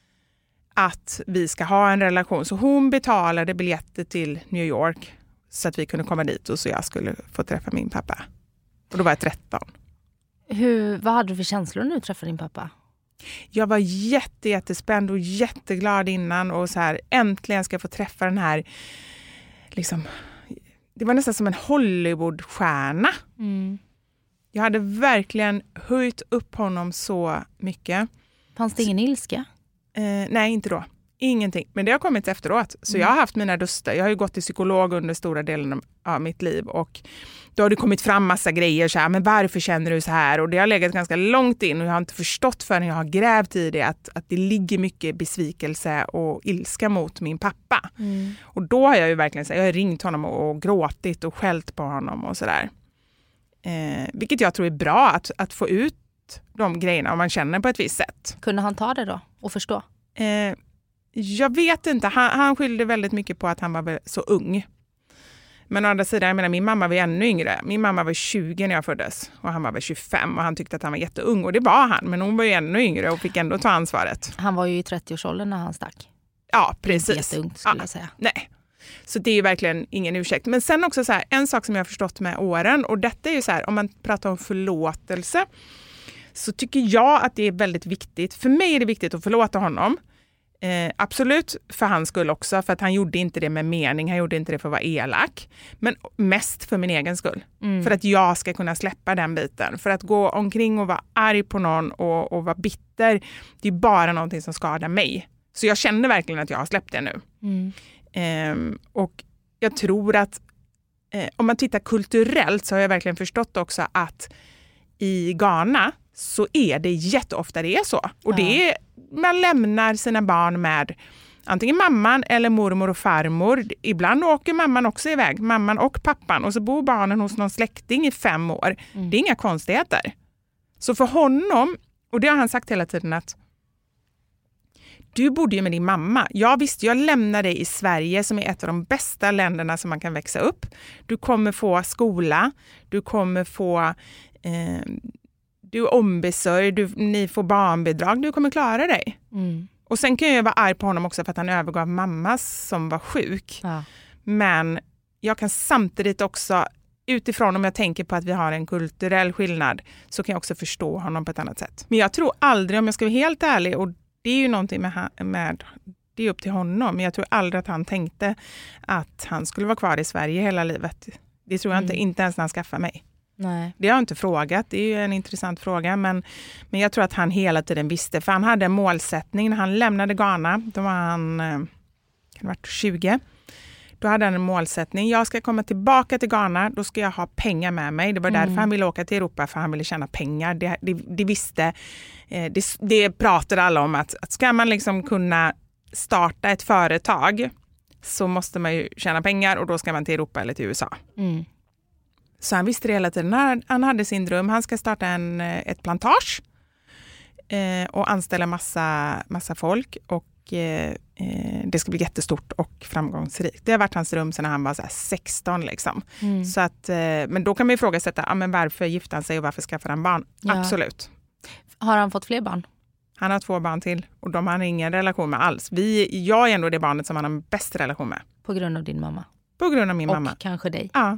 att vi ska ha en relation. Så hon betalade biljetter till New York så att vi kunde komma dit och så jag skulle få träffa min pappa. Och då var jag tretton. Hur, vad hade du för känslor när du träffade din pappa? Jag var jätte, jättespänd och jätteglad innan, och så här, äntligen ska jag få träffa den här liksom... Det var nästan som en Hollywoodstjärna. Mm. Jag hade verkligen höjt upp honom så mycket. Fanns det ingen ilska? Eh, nej, inte då. Ingenting. Men det har kommit efteråt. Så mm. jag har haft mina duster. Jag har ju gått till psykolog under stora delen av mitt liv. Och då har det kommit fram massa grejer. Så här, men varför känner du så här? Och det har legat ganska långt in. Och jag har inte förstått förrän jag har grävt i det. Att, att det ligger mycket besvikelse och ilska mot min pappa. Mm. Och då har jag ju verkligen jag har ringt honom och, och gråtit och skällt på honom och sådär. Eh, vilket jag tror är bra att, att få ut de grejerna om man känner på ett visst sätt. Kunde han ta det då och förstå? Eh, jag vet inte. Han, han skyllde väldigt mycket på att han var så ung. Men å andra sidan, jag menar, min mamma var ännu yngre. Min mamma var tjugo när jag föddes och han var väl tjugofem, och han tyckte att han var jätteung, och det var han. Men hon var ju ännu yngre och fick ändå ta ansvaret. Han var ju i trettioårsåldern när han stack. Ja, precis. Jätteungt skulle ja, jag säga. Nej. Så det är ju verkligen ingen ursäkt. Men sen också så här, en sak som jag har förstått med åren, och detta är ju så här, om man pratar om förlåtelse, så tycker jag att det är väldigt viktigt. För mig är det viktigt att förlåta honom. Eh, absolut för hans skull också, för att han gjorde inte det med mening, han gjorde inte det för att vara elak, men mest för min egen skull. Mm. För att jag ska kunna släppa den biten. För att gå omkring och vara arg på någon och, och vara bitter, det är bara någonting som skadar mig. Så jag känner verkligen att jag har släppt det nu. Mm. Eh, och jag tror att eh, om man tittar kulturellt så har jag verkligen förstått också att i Ghana så är det jätteofta det är så. Och ja. det är, man lämnar sina barn med antingen mamman eller mormor och farmor. Ibland åker mamman också iväg, mamman och pappan. Och så bor barnen hos någon släkting i fem år. Mm. Det är inga konstigheter. Så för honom, och det har han sagt hela tiden, att du bodde ju med din mamma. Jag visste, jag lämnar dig i Sverige som är ett av de bästa länderna som man kan växa upp. Du kommer få skola, du kommer få... Eh, Du är ombesörjd, du, ni får barnbidrag, du kommer klara dig. Mm. Och sen kan jag vara arg på honom också för att han övergav mamma som var sjuk. Ja. Men jag kan samtidigt också utifrån om jag tänker på att vi har en kulturell skillnad så kan jag också förstå honom på ett annat sätt. Men jag tror aldrig, om jag ska vara helt ärlig, och det är ju någonting med, med det är upp till honom, men jag tror aldrig att han tänkte att han skulle vara kvar i Sverige hela livet. Det tror jag mm. inte, inte ens när han skaffade mig. Nej. Det har jag inte frågat, det är ju en intressant fråga, men, men jag tror att han hela tiden visste, för han hade en målsättning när han lämnade Ghana, då var han kan det varit tjugo. Då hade han en målsättning. Jag ska komma tillbaka till Ghana. Då ska jag ha pengar med mig. Det var därför mm. han ville åka till Europa. För han ville tjäna pengar. Det, det, det visste. Eh, det, det pratade alla om. Att, att ska man liksom kunna starta ett företag. Så måste man ju tjäna pengar. Och då ska man till Europa eller till U S A. Mm. Så han visste det hela tiden. Han, han hade sin dröm. Han ska starta en, ett plantage. Eh, och anställa massa, massa folk. Och Eh, det ska bli jättestort och framgångsrikt. Det har varit hans rum sedan han var så här sexton liksom. Mm. Så att, eh, men då kan man ju ifrågasätta, ah, men varför gifte han sig och varför skaffade han barn? Ja. Absolut. Har han fått fler barn? Han har två barn till och de har ingen relation med alls. Vi, jag är ändå det barnet som han har bäst relation med. På grund av din mamma? På grund av min och mamma. Och kanske dig? Ja.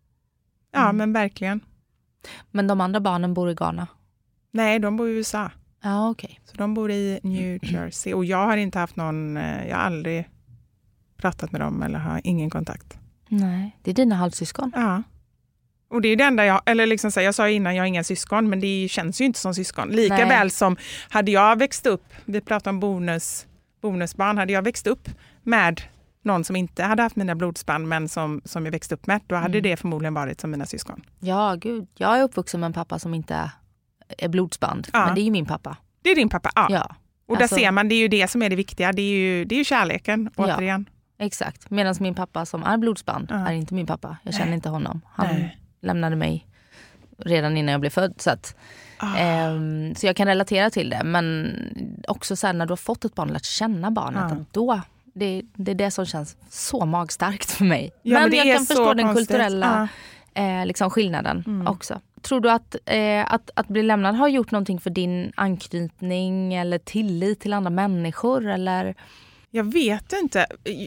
Ja, mm. men verkligen. Men de andra barnen bor i Ghana? Nej, de bor i U S A. Ja, okej. Okay. Så de bor i New Jersey. Och jag har inte haft någon, jag har aldrig pratat med dem eller har ingen kontakt. Nej, det är dina halvsyskon. Ja. Och det är det enda jag, eller liksom så, jag sa innan, jag har inga syskon, men det känns ju inte som syskon. Lika Nej. väl som, hade jag växt upp, vi pratade om bonus, bonusbarn, hade jag växt upp med någon som inte hade haft mina blodsband, men som, som jag växt upp med, då hade mm. det förmodligen varit som mina syskon. Ja, gud. Jag är uppvuxen med en pappa som inte är blodsband, ja. men det är ju min pappa. Det är din pappa, ja. ja. Och där alltså, ser man, det är ju det som är det viktiga. Det är ju, det är ju kärleken, återigen. Ja, exakt. Medan min pappa som är blodsband ja. är inte min pappa. Jag känner Nej. inte honom. Han Nej. lämnade mig redan innan jag blev född. Så, att, oh. ehm, så jag kan relatera till det. Men också så här, när du har fått ett barn och lärt känna barnet, ja. att då, det, det är det som känns så magstarkt för mig. Ja, men, men jag kan förstå konstigt. den kulturella ja. eh, liksom skillnaden mm. också. Tror du att, eh, att, att bli lämnad har gjort någonting för din anknytning eller tillit till andra människor? Eller? Jag vet inte.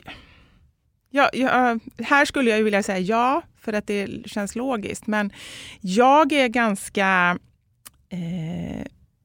Jag, jag, här skulle jag vilja säga ja, för att det känns logiskt. Men jag är ganska eh,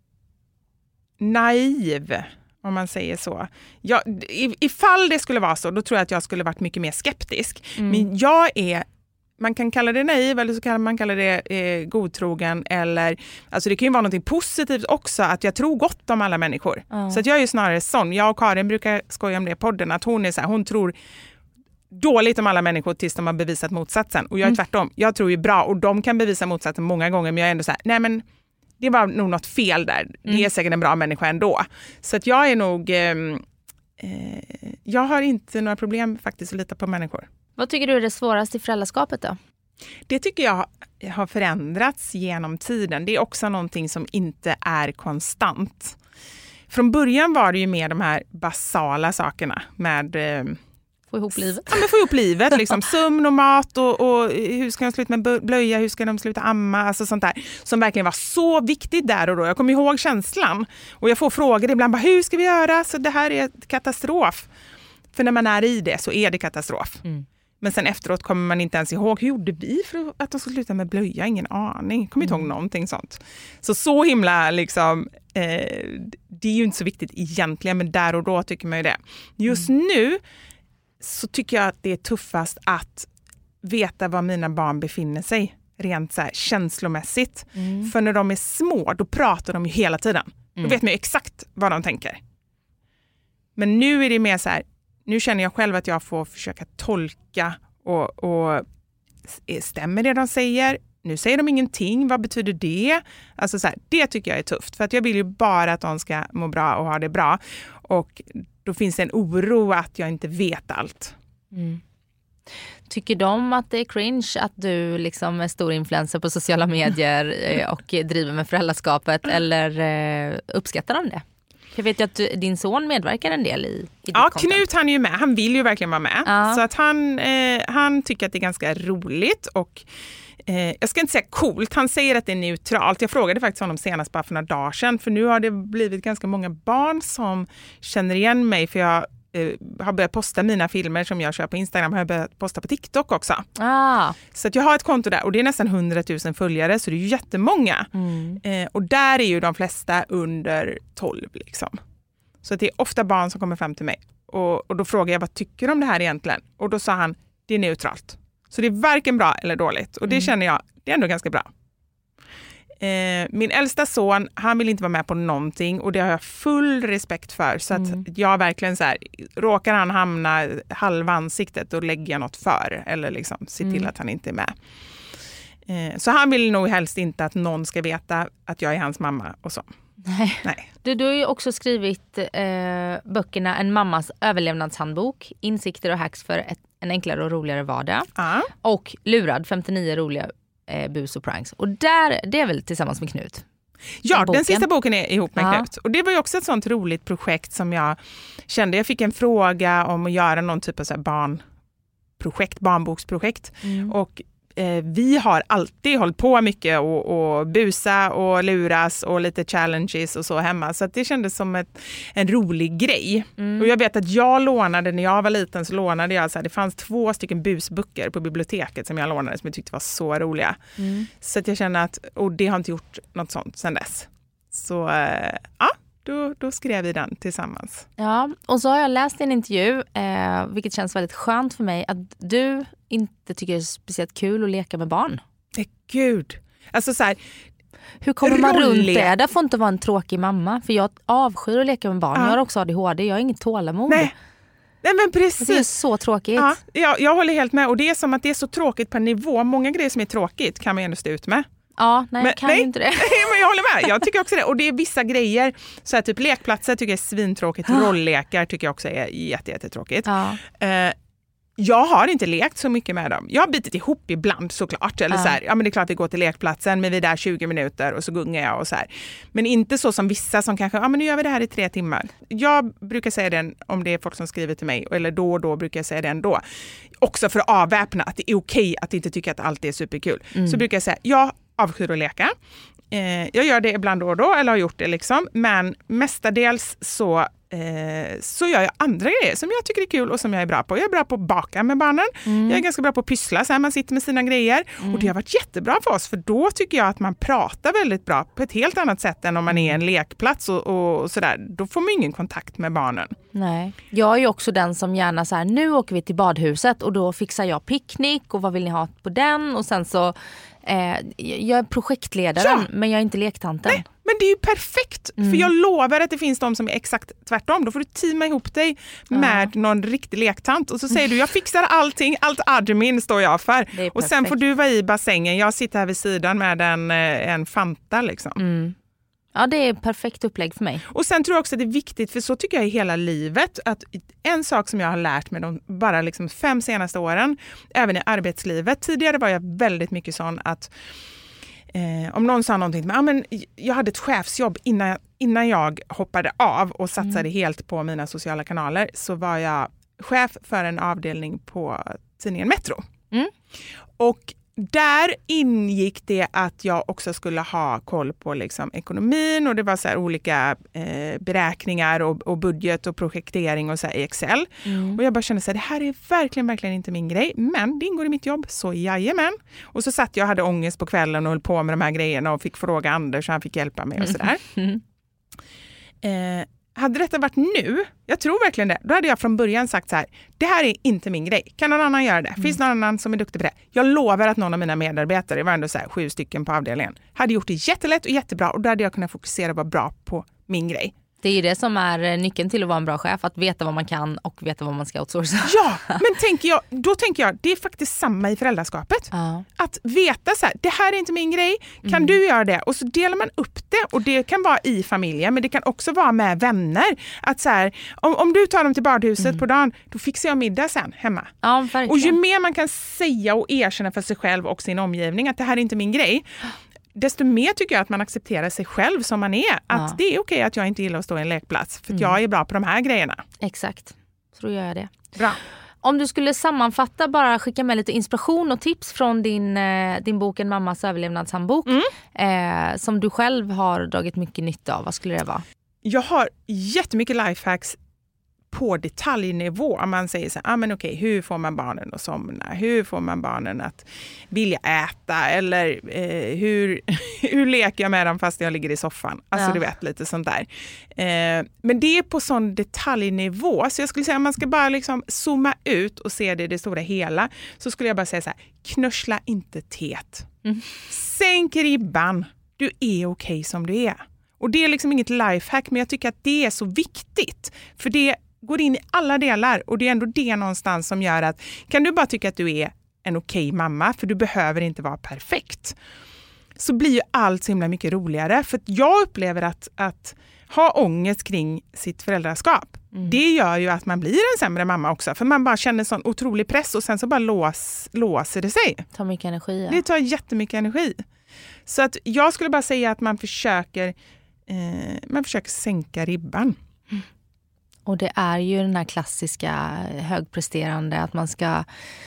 naiv, om man säger så. Jag, ifall det skulle vara så, då tror jag att jag skulle varit mycket mer skeptisk. Mm. Men jag är Man kan kalla det naiv eller så kan man kalla det eh, godtrogen. Eller, alltså det kan ju vara något positivt också, att jag tror gott om alla människor. Mm. Så att jag är ju snarare sån. Jag och Karin brukar skoja om det i podden, att hon är så här, hon tror dåligt om alla människor tills de har bevisat motsatsen. Och jag är mm. tvärtom. Jag tror ju bra och de kan bevisa motsatsen många gånger, men jag är ändå så här, nej men det var nog något fel där. Mm. Det är säkert en bra människa ändå. Så att jag är nog eh, eh, jag har inte några problem faktiskt att lita på människor. Vad tycker du är det svåraste i föräldraskapet då? Det tycker jag har förändrats genom tiden. Det är också någonting som inte är konstant. Från början var det ju mer de här basala sakerna med eh, få ihop livet. Ja, men få ihop livet, liksom sömn och mat och, och hur ska de sluta med blöja, hur ska de sluta amma, alltså sånt där som verkligen var så viktigt där och då. Jag kommer ihåg känslan och jag får frågor ibland, bara, hur ska vi göra? Så det här är katastrof. För när man är i det så är det katastrof. Mm. Men sen efteråt kommer man inte ens ihåg, hur gjorde vi för att de skulle sluta med blöja? Ingen aning. Kommer inte ihåg någonting sånt. Så så himla liksom, eh, det är ju inte så viktigt egentligen, men där och då tycker man ju det. Just mm. nu så tycker jag att det är tuffast att veta var mina barn befinner sig rent så här känslomässigt. Mm. För när de är små, då pratar de ju hela tiden. Mm. Då vet man ju exakt vad de tänker. Men nu är det mer så här, nu känner jag själv att jag får försöka tolka och, och stämmer det de säger? Nu säger de ingenting, vad betyder det? Alltså så här, det tycker jag är tufft. För att jag vill ju bara att de ska må bra och ha det bra. Och då finns det en oro att jag inte vet allt. Mm. Tycker de att det är cringe att du liksom är stor influencer på sociala medier och driver med föräldraskapet? Eller uppskattar de det? Jag vet ju att du, din son medverkar en del i, i ditt Ja, content. Knut han är ju med. Han vill ju verkligen vara med. Ja. Så att han, eh, han tycker att det är ganska roligt och eh, jag ska inte säga coolt. Han säger att det är neutralt. Jag frågade faktiskt honom senast bara för några dagar sedan. För nu har det blivit ganska många barn som känner igen mig. För jag eh, har börjat posta mina filmer som jag kör på Instagram, har jag börjat posta på TikTok också. Ah. Så att jag har ett konto där och det är nästan hundratusen följare, så det är ju jättemånga. Mm. Eh, och där är ju de flesta under tolv liksom. Så att det är ofta barn som kommer fram till mig. Och, och då frågar jag, vad tycker du om det här egentligen? Och då sa han, det är neutralt. Så det är varken bra eller dåligt. Och det mm. känner jag, det är ändå ganska bra. Eh, min äldsta son, han vill inte vara med på någonting. Och det har jag full respekt för. Så att mm. jag verkligen så här, råkar han hamna halva ansiktet, och lägger jag något för. Eller liksom se till mm. att han inte är med. Eh, så han vill nog helst inte att någon ska veta att jag är hans mamma och så. Nej. Nej. Du, du har ju också skrivit eh, böckerna En mammas överlevnadshandbok, insikter och hacks för ett, en enklare och roligare vardag. Uh. Och Lurad, femtionio roliga eh, bus och pranks. Och där, det är väl tillsammans med Knut? Ja, den, den sista boken är ihop med uh. Knut. Och det var ju också ett sånt roligt projekt som jag kände. Jag fick en fråga om att göra någon typ av så här barnprojekt, barnboksprojekt. Mm. Och vi har alltid hållit på mycket och, och busa och luras och lite challenges och så hemma. Så att det kändes som ett, en rolig grej. Mm. Och jag vet att jag lånade, när jag var liten så lånade jag, så här, det fanns två stycken busböcker på biblioteket som jag lånade som jag tyckte var så roliga. Mm. Så att jag känner att, och det har inte gjort något sånt sedan dess. Så ja, då, då skrev vi den tillsammans. Ja, och så har jag läst en intervju, eh, vilket känns väldigt skönt för mig, att du inte tycker det är speciellt kul att leka med barn. Nej, gud. Alltså så här, hur kommer man runt det? Det får inte vara en tråkig mamma. För jag avskyr att leka med barn. Ja. Jag har också A D H D. Jag har inget tålamod. Nej. Nej, men precis. Det är så tråkigt. Ja, jag, jag håller helt med. Och det är som att det är så tråkigt på en nivå. Många grejer som är tråkigt kan man ändå stå ut med. Ja, nej, men, jag kan nej, inte det. Nej, men jag håller med. Jag tycker också det. Och det är vissa grejer, så här, typ lekplatser tycker jag är svintråkigt. Ja. Rolllekar tycker jag också är jätte, jättetråkigt. Ja. Uh, Jag har inte lekt så mycket med dem. Jag har bitit ihop ibland såklart. Eller ja. så här, ja men det är klart vi går till lekplatsen, men vi är där tjugo minuter och så gungar jag och så här. Men inte så som vissa som kanske, ja men nu gör vi det här i tre timmar. Jag brukar säga det om det är folk som skriver till mig, eller då och då brukar jag säga det ändå. Också för att avväpna att det är okej att inte tycka att allt är superkul. Mm. Så brukar jag säga, jag avskyr att leka. Eh, jag gör det ibland då och då, eller har gjort det liksom. Men mestadels så Eh, så gör jag andra grejer som jag tycker är kul och som jag är bra på. Jag är bra på att baka med barnen. Mm. Jag är ganska bra på att pyssla så här, man sitter med sina grejer. Mm. Och det har varit jättebra för oss, för då tycker jag att man pratar väldigt bra på ett helt annat sätt än om man är en lekplats och, och, och sådär. Då får man ingen kontakt med barnen. Nej. Jag är ju också den som gärna så här, nu åker vi till badhuset och då fixar jag picknick och vad vill ni ha på den? Och sen så eh, jag är projektledaren, ja. Men jag är inte lektanten. Nej. Men det är ju perfekt, mm. för jag lovar att det finns de som är exakt tvärtom. Då får du teama ihop dig med ja. någon riktig lektant. Och så säger du, jag fixar allting, allt admin står jag för. Och sen får du vara i bassängen. Jag sitter här vid sidan med en, en Fanta liksom. Mm. Ja, det är perfekt upplägg för mig. Och sen tror jag också att det är viktigt, för så tycker jag i hela livet, att en sak som jag har lärt mig de bara liksom fem senaste åren, även i arbetslivet. Tidigare var jag väldigt mycket sån att Eh, om någon sa någonting till mig, ah, men jag hade ett chefsjobb innan, innan jag hoppade av och satsade mm. helt på mina sociala kanaler, så var jag chef för en avdelning på tidningen Metro. Mm. Och där ingick det att jag också skulle ha koll på liksom ekonomin, och det var så här olika eh, beräkningar och, och budget och projektering och så här i Excel. Mm. Och jag bara kände så här, det här är verkligen, verkligen inte min grej, men det ingår i mitt jobb, så jajamän. Och så satt jag och hade ångest på kvällen och höll på med de här grejerna och fick fråga Anders, så han fick hjälpa mig och sådär. Mm. Eh, hade detta varit nu, jag tror verkligen det, då hade jag från början sagt så här, det här är inte min grej. Kan någon annan göra det? Mm. Finns någon annan som är duktig på det? Jag lovar att någon av mina medarbetare, det var ändå så här, sju stycken på avdelningen, hade gjort det jättelätt och jättebra, och då hade jag kunnat fokusera och vara bra på min grej. Det är ju det som är nyckeln till att vara en bra chef, att veta vad man kan och veta vad man ska outsourca. Ja, men tänker jag, då tänker jag, det är faktiskt samma i föräldraskapet. Ja. Att veta så här, det här är inte min grej, kan mm. du göra det? Och så delar man upp det, och det kan vara i familjen, men det kan också vara med vänner. Att så här, om, om du tar dem till badhuset mm. på dagen, då fixar jag middag sen hemma. Ja, verkligen. Och ju mer man kan säga och erkänna för sig själv och sin omgivning att det här är inte min grej, desto mer tycker jag att man accepterar sig själv som man är. Att ja. det är okej att jag inte gillar att stå i en lekplats, för att mm. jag är bra på de här grejerna. Exakt, så då gör jag det. Bra. Om du skulle sammanfatta, bara skicka med lite inspiration och tips från din, eh, din bok En mammas överlevnadshandbok mm. eh, som du själv har dragit mycket nytta av, vad skulle det vara? Jag har jättemycket lifehacks på detaljnivå. Om man säger så här, ah, men okej, hur får man barnen att somna? Hur får man barnen att vilja äta? Eller eh, hur, hur leker jag med dem fast jag ligger i soffan? Alltså ja. Du vet, lite sånt där. Eh, men det är på sån detaljnivå. Så jag skulle säga, om man ska bara liksom zooma ut och se det i det stora hela, så skulle jag bara säga så här, knörsla inte tät. Mm. Sänk ribban. Du är okej som du är. Och det är liksom inget lifehack, men jag tycker att det är så viktigt. För det går in i alla delar, och det är ändå det någonstans som gör att, kan du bara tycka att du är en okej mamma, för du behöver inte vara perfekt, så blir ju allt så himla mycket roligare. För att jag upplever att, att ha ångest kring sitt föräldraskap, mm. det gör ju att man blir en sämre mamma också. För man bara känner sån otrolig press, och sen så bara lås, låser det sig. Det tar mycket energi. Ja. Det tar jättemycket energi. Så att jag skulle bara säga att man försöker eh, man försöker sänka ribban. Mm. Och det är ju den här klassiska högpresterande, att man ska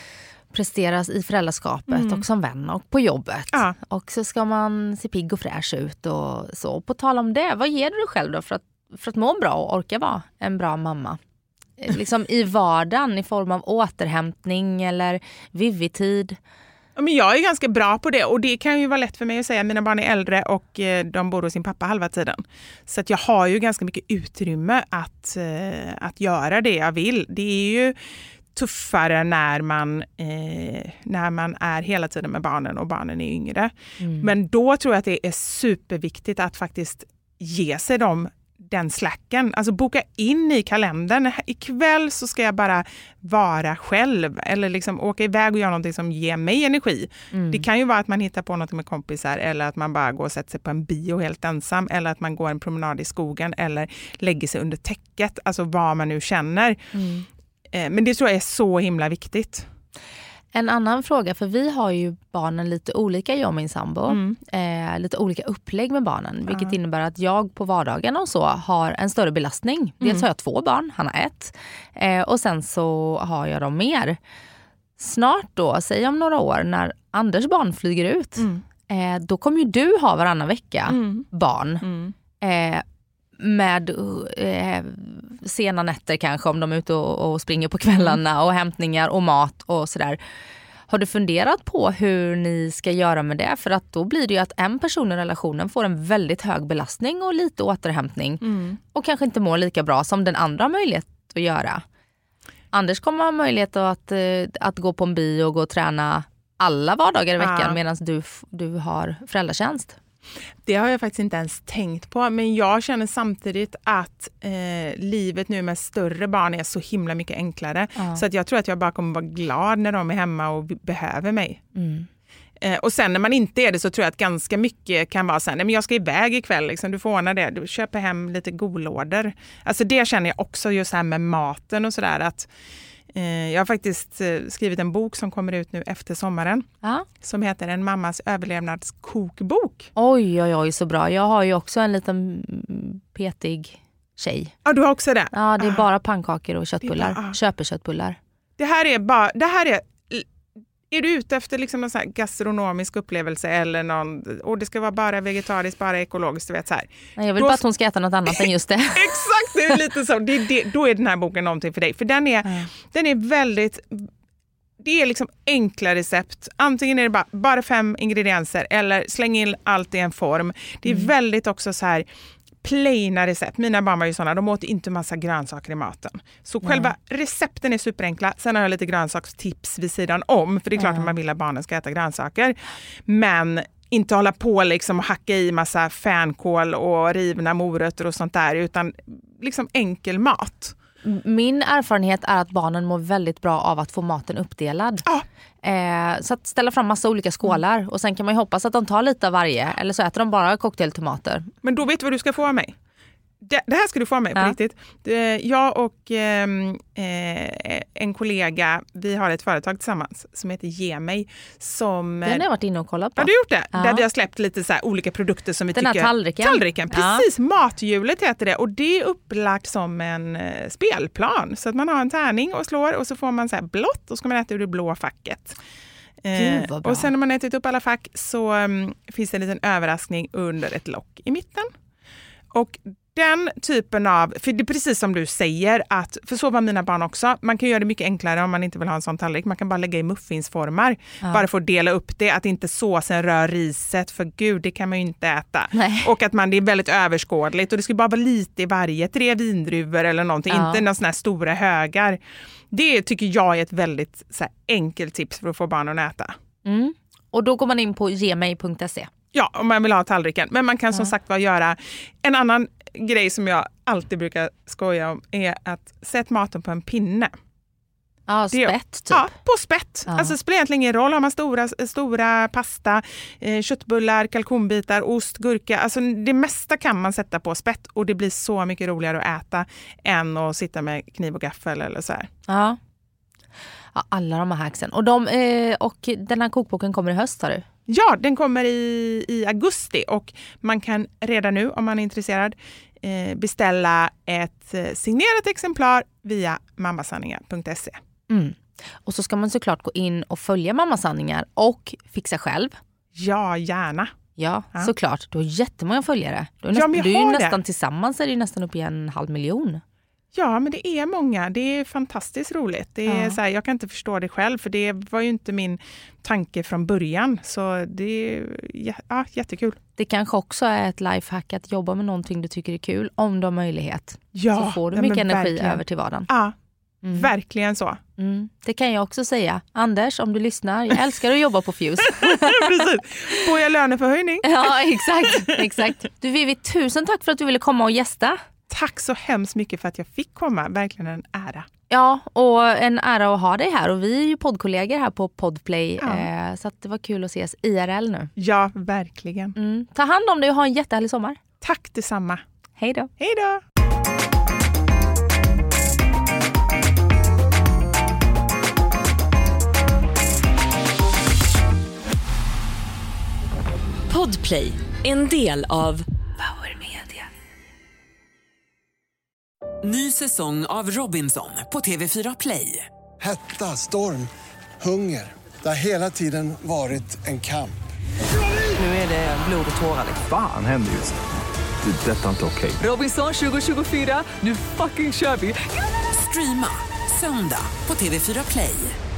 presteras i föräldraskapet mm. och som vän och på jobbet. Ja. Och så ska man se pigg och fräsch ut och så. På tal om det, vad ger du dig själv då för att, för att må bra och orka vara en bra mamma? Liksom i vardagen, i form av återhämtning eller vivitid. Men jag är ganska bra på det, och det kan ju vara lätt för mig att säga. Mina barn är äldre och de bor hos sin pappa halva tiden. Så att jag har ju ganska mycket utrymme att, att göra det jag vill. Det är ju tuffare när man, eh, när man är hela tiden med barnen och barnen är yngre. Mm. Men då tror jag att det är superviktigt att faktiskt ge sig dem den slacken. Alltså boka in i kalendern. Ikväll så ska jag bara vara själv. Eller liksom åka iväg och göra någonting som ger mig energi. Mm. Det kan ju vara att man hittar på något med kompisar. Eller att man bara går och sätter sig på en bio helt ensam. Eller att man går en promenad i skogen. Eller lägger sig under täcket. Alltså vad man nu känner. Mm. Eh, men det tror jag är så himla viktigt. En annan fråga, för vi har ju barnen lite olika, jag och min sambo. Mm. Eh, lite olika upplägg med barnen. Vilket uh. innebär att jag på vardagen och så har en större belastning. Mm. Dels har jag två barn, han har ett. Eh, och sen så har jag dem mer. Snart då, säg om några år, när Anders barn flyger ut. Mm. Eh, då kommer ju du ha varannan vecka mm. barn. Mm. Eh, med eh, sena nätter kanske, om de är ute och, och springer på kvällarna mm. och hämtningar och mat och sådär. Har du funderat på hur ni ska göra med det? För att då blir det ju att en person i relationen får en väldigt hög belastning och lite återhämtning mm. och kanske inte mår lika bra som den andra har möjlighet att göra. Anders kommer ha möjlighet att, att gå på en bio och gå och träna alla vardagar i veckan ja. medan du, du har föräldratjänst. Det har jag faktiskt inte ens tänkt på, men jag känner samtidigt att eh, livet nu med större barn är så himla mycket enklare. Ja. Så att jag tror att jag bara kommer vara glad när de är hemma och behöver mig. Mm. Eh, och sen när man inte är det så tror jag att ganska mycket kan vara så här, nej men jag ska iväg ikväll, liksom, du får ordna det, du köper hem lite godlådor. Alltså det känner jag också just här med maten och sådär, att jag har faktiskt skrivit en bok som kommer ut nu efter sommaren. Ja. Som heter En mammas överlevnadskokbok. Oj, oj, oj, så bra. Jag har ju också en liten petig tjej. Ja, du har också det? Ja, det är ah. bara pannkakor och köttbullar. Bara, ah. Köpeköttbullar. Det här är bara, det här är... Är du ute efter liksom någon sån här gastronomisk upplevelse eller någon, och det ska vara bara vegetariskt, bara ekologiskt, du vet så här. Nej, jag vill då, bara att hon ska äta något annat än just det. Exakt, det är lite så. Det är det, då är den här boken någonting för dig. För den är, mm. den är väldigt, det är liksom enkla recept. Antingen är det bara, bara fem ingredienser eller släng in allt i en form. Det är mm. väldigt också så här plaina recept. Mina barn var ju sådana, de åt inte massa grönsaker i maten. Så mm. själva recepten är superenkla. Sen har jag lite grönsakstips vid sidan om. För det är klart mm. att man vill att barnen ska äta grönsaker. Men inte hålla på liksom och hacka i massa fänkål och rivna morötter och sånt där. Utan liksom enkel mat. Min erfarenhet är att barnen mår väldigt bra av att få maten uppdelad. Ah. Eh, så att ställa fram massa olika skålar. Mm. Och sen kan man ju hoppas att de tar lite av varje. Eller så äter de bara cocktailtomater. Men då vet du vad du ska få av mig. Det, det här ska du få av mig på ja. riktigt. Det, jag och eh, en kollega, vi har ett företag tillsammans som heter Ge mig. Som, Den har jag varit inne och kollat på. Har du gjort det? Ja. Där vi har släppt lite så här olika produkter som vi Den tycker... Den här tallriken. Tallriken, precis. Ja. Mathjulet heter det. Och det är upplagt som en eh, spelplan. Så att man har en tärning och slår och så får man så här blått och så ska man äta ur det blå facket. Eh, och sen när man ätit upp alla fack så um, finns det en liten överraskning under ett lock i mitten. Och den typen av, för det är precis som du säger, att för så var mina barn också, man kan göra det mycket enklare om man inte vill ha en sån tallrik, man kan bara lägga i muffinsformar, ja. bara för att dela upp det, att inte såsen rör riset, för gud, det kan man ju inte äta. Nej. Och att man, det är väldigt överskådligt och det ska bara vara lite i varje, tre vindruvor eller någonting, ja. inte några såna här stora högar. Det tycker jag är ett väldigt så här, enkelt tips för att få barnen att äta. Mm. Och då går man in på gemej punkt se. Ja, om man vill ha tallriken. Men man kan som ja. sagt vad göra. En annan grej som jag alltid brukar skoja om är att sätta maten på en pinne. Ja, spett typ. Ja, på spett. Ja. Alltså det spelar egentligen ingen roll. Har man stora, stora pasta, eh, köttbullar, kalkonbitar, ost, gurka. Alltså det mesta kan man sätta på spett och det blir så mycket roligare att äta än att sitta med kniv och gaffel eller så här. Ja. Ja, alla de här hacksen. Och, de, eh, och den här kokboken kommer i höst, har du? Ja, den kommer i, i augusti och man kan redan nu, om man är intresserad, eh, beställa ett eh, signerat exemplar via mammasanningar punkt se. Mm. Och så ska man såklart gå in och följa Mammasanningar och fixa själv. Ja, gärna. Ja, ja. Såklart. Du har jättemånga följare. Du är, ja, näst, du är ju nästan det. Tillsammans är det nästan upp i en halv miljon. Ja, men det är många. Det är fantastiskt roligt. Det är ja. så här, jag kan inte förstå det själv, för det var ju inte min tanke från början. Så det är ja, jättekul. Det kanske också är ett lifehack att jobba med någonting du tycker är kul, om du har möjlighet. Ja, så får du ja, mycket energi verkligen. över till vardagen. Ja, mm. verkligen så. Mm. Det kan jag också säga. Anders, om du lyssnar, jag älskar att jobba på Fuse. Precis. Får jag löneförhöjning? Ja, exakt. exakt. Du Vivi, tusen tack för att du ville komma och gästa. Tack så hemskt mycket för att jag fick komma. Verkligen en ära. Ja, och en ära att ha dig här. Och vi är ju poddkollegor här på Podplay. Ja. Eh, så att det var kul att ses I R L nu. Ja, verkligen. Mm. Ta hand om dig och ha en jättehärlig sommar. Tack detsamma. Hej då. Hej då. Podplay, en del av Power Media. Ny säsong av Robinson på T V fyra Play. Hetta, storm, hunger. Det har hela tiden varit en kamp. Nu är det blod och tårar. Fan händer just det. Det är detta inte okej. Robinson tjugo tjugofyra, nu fucking kör vi. Streama söndag på T V fyra Play.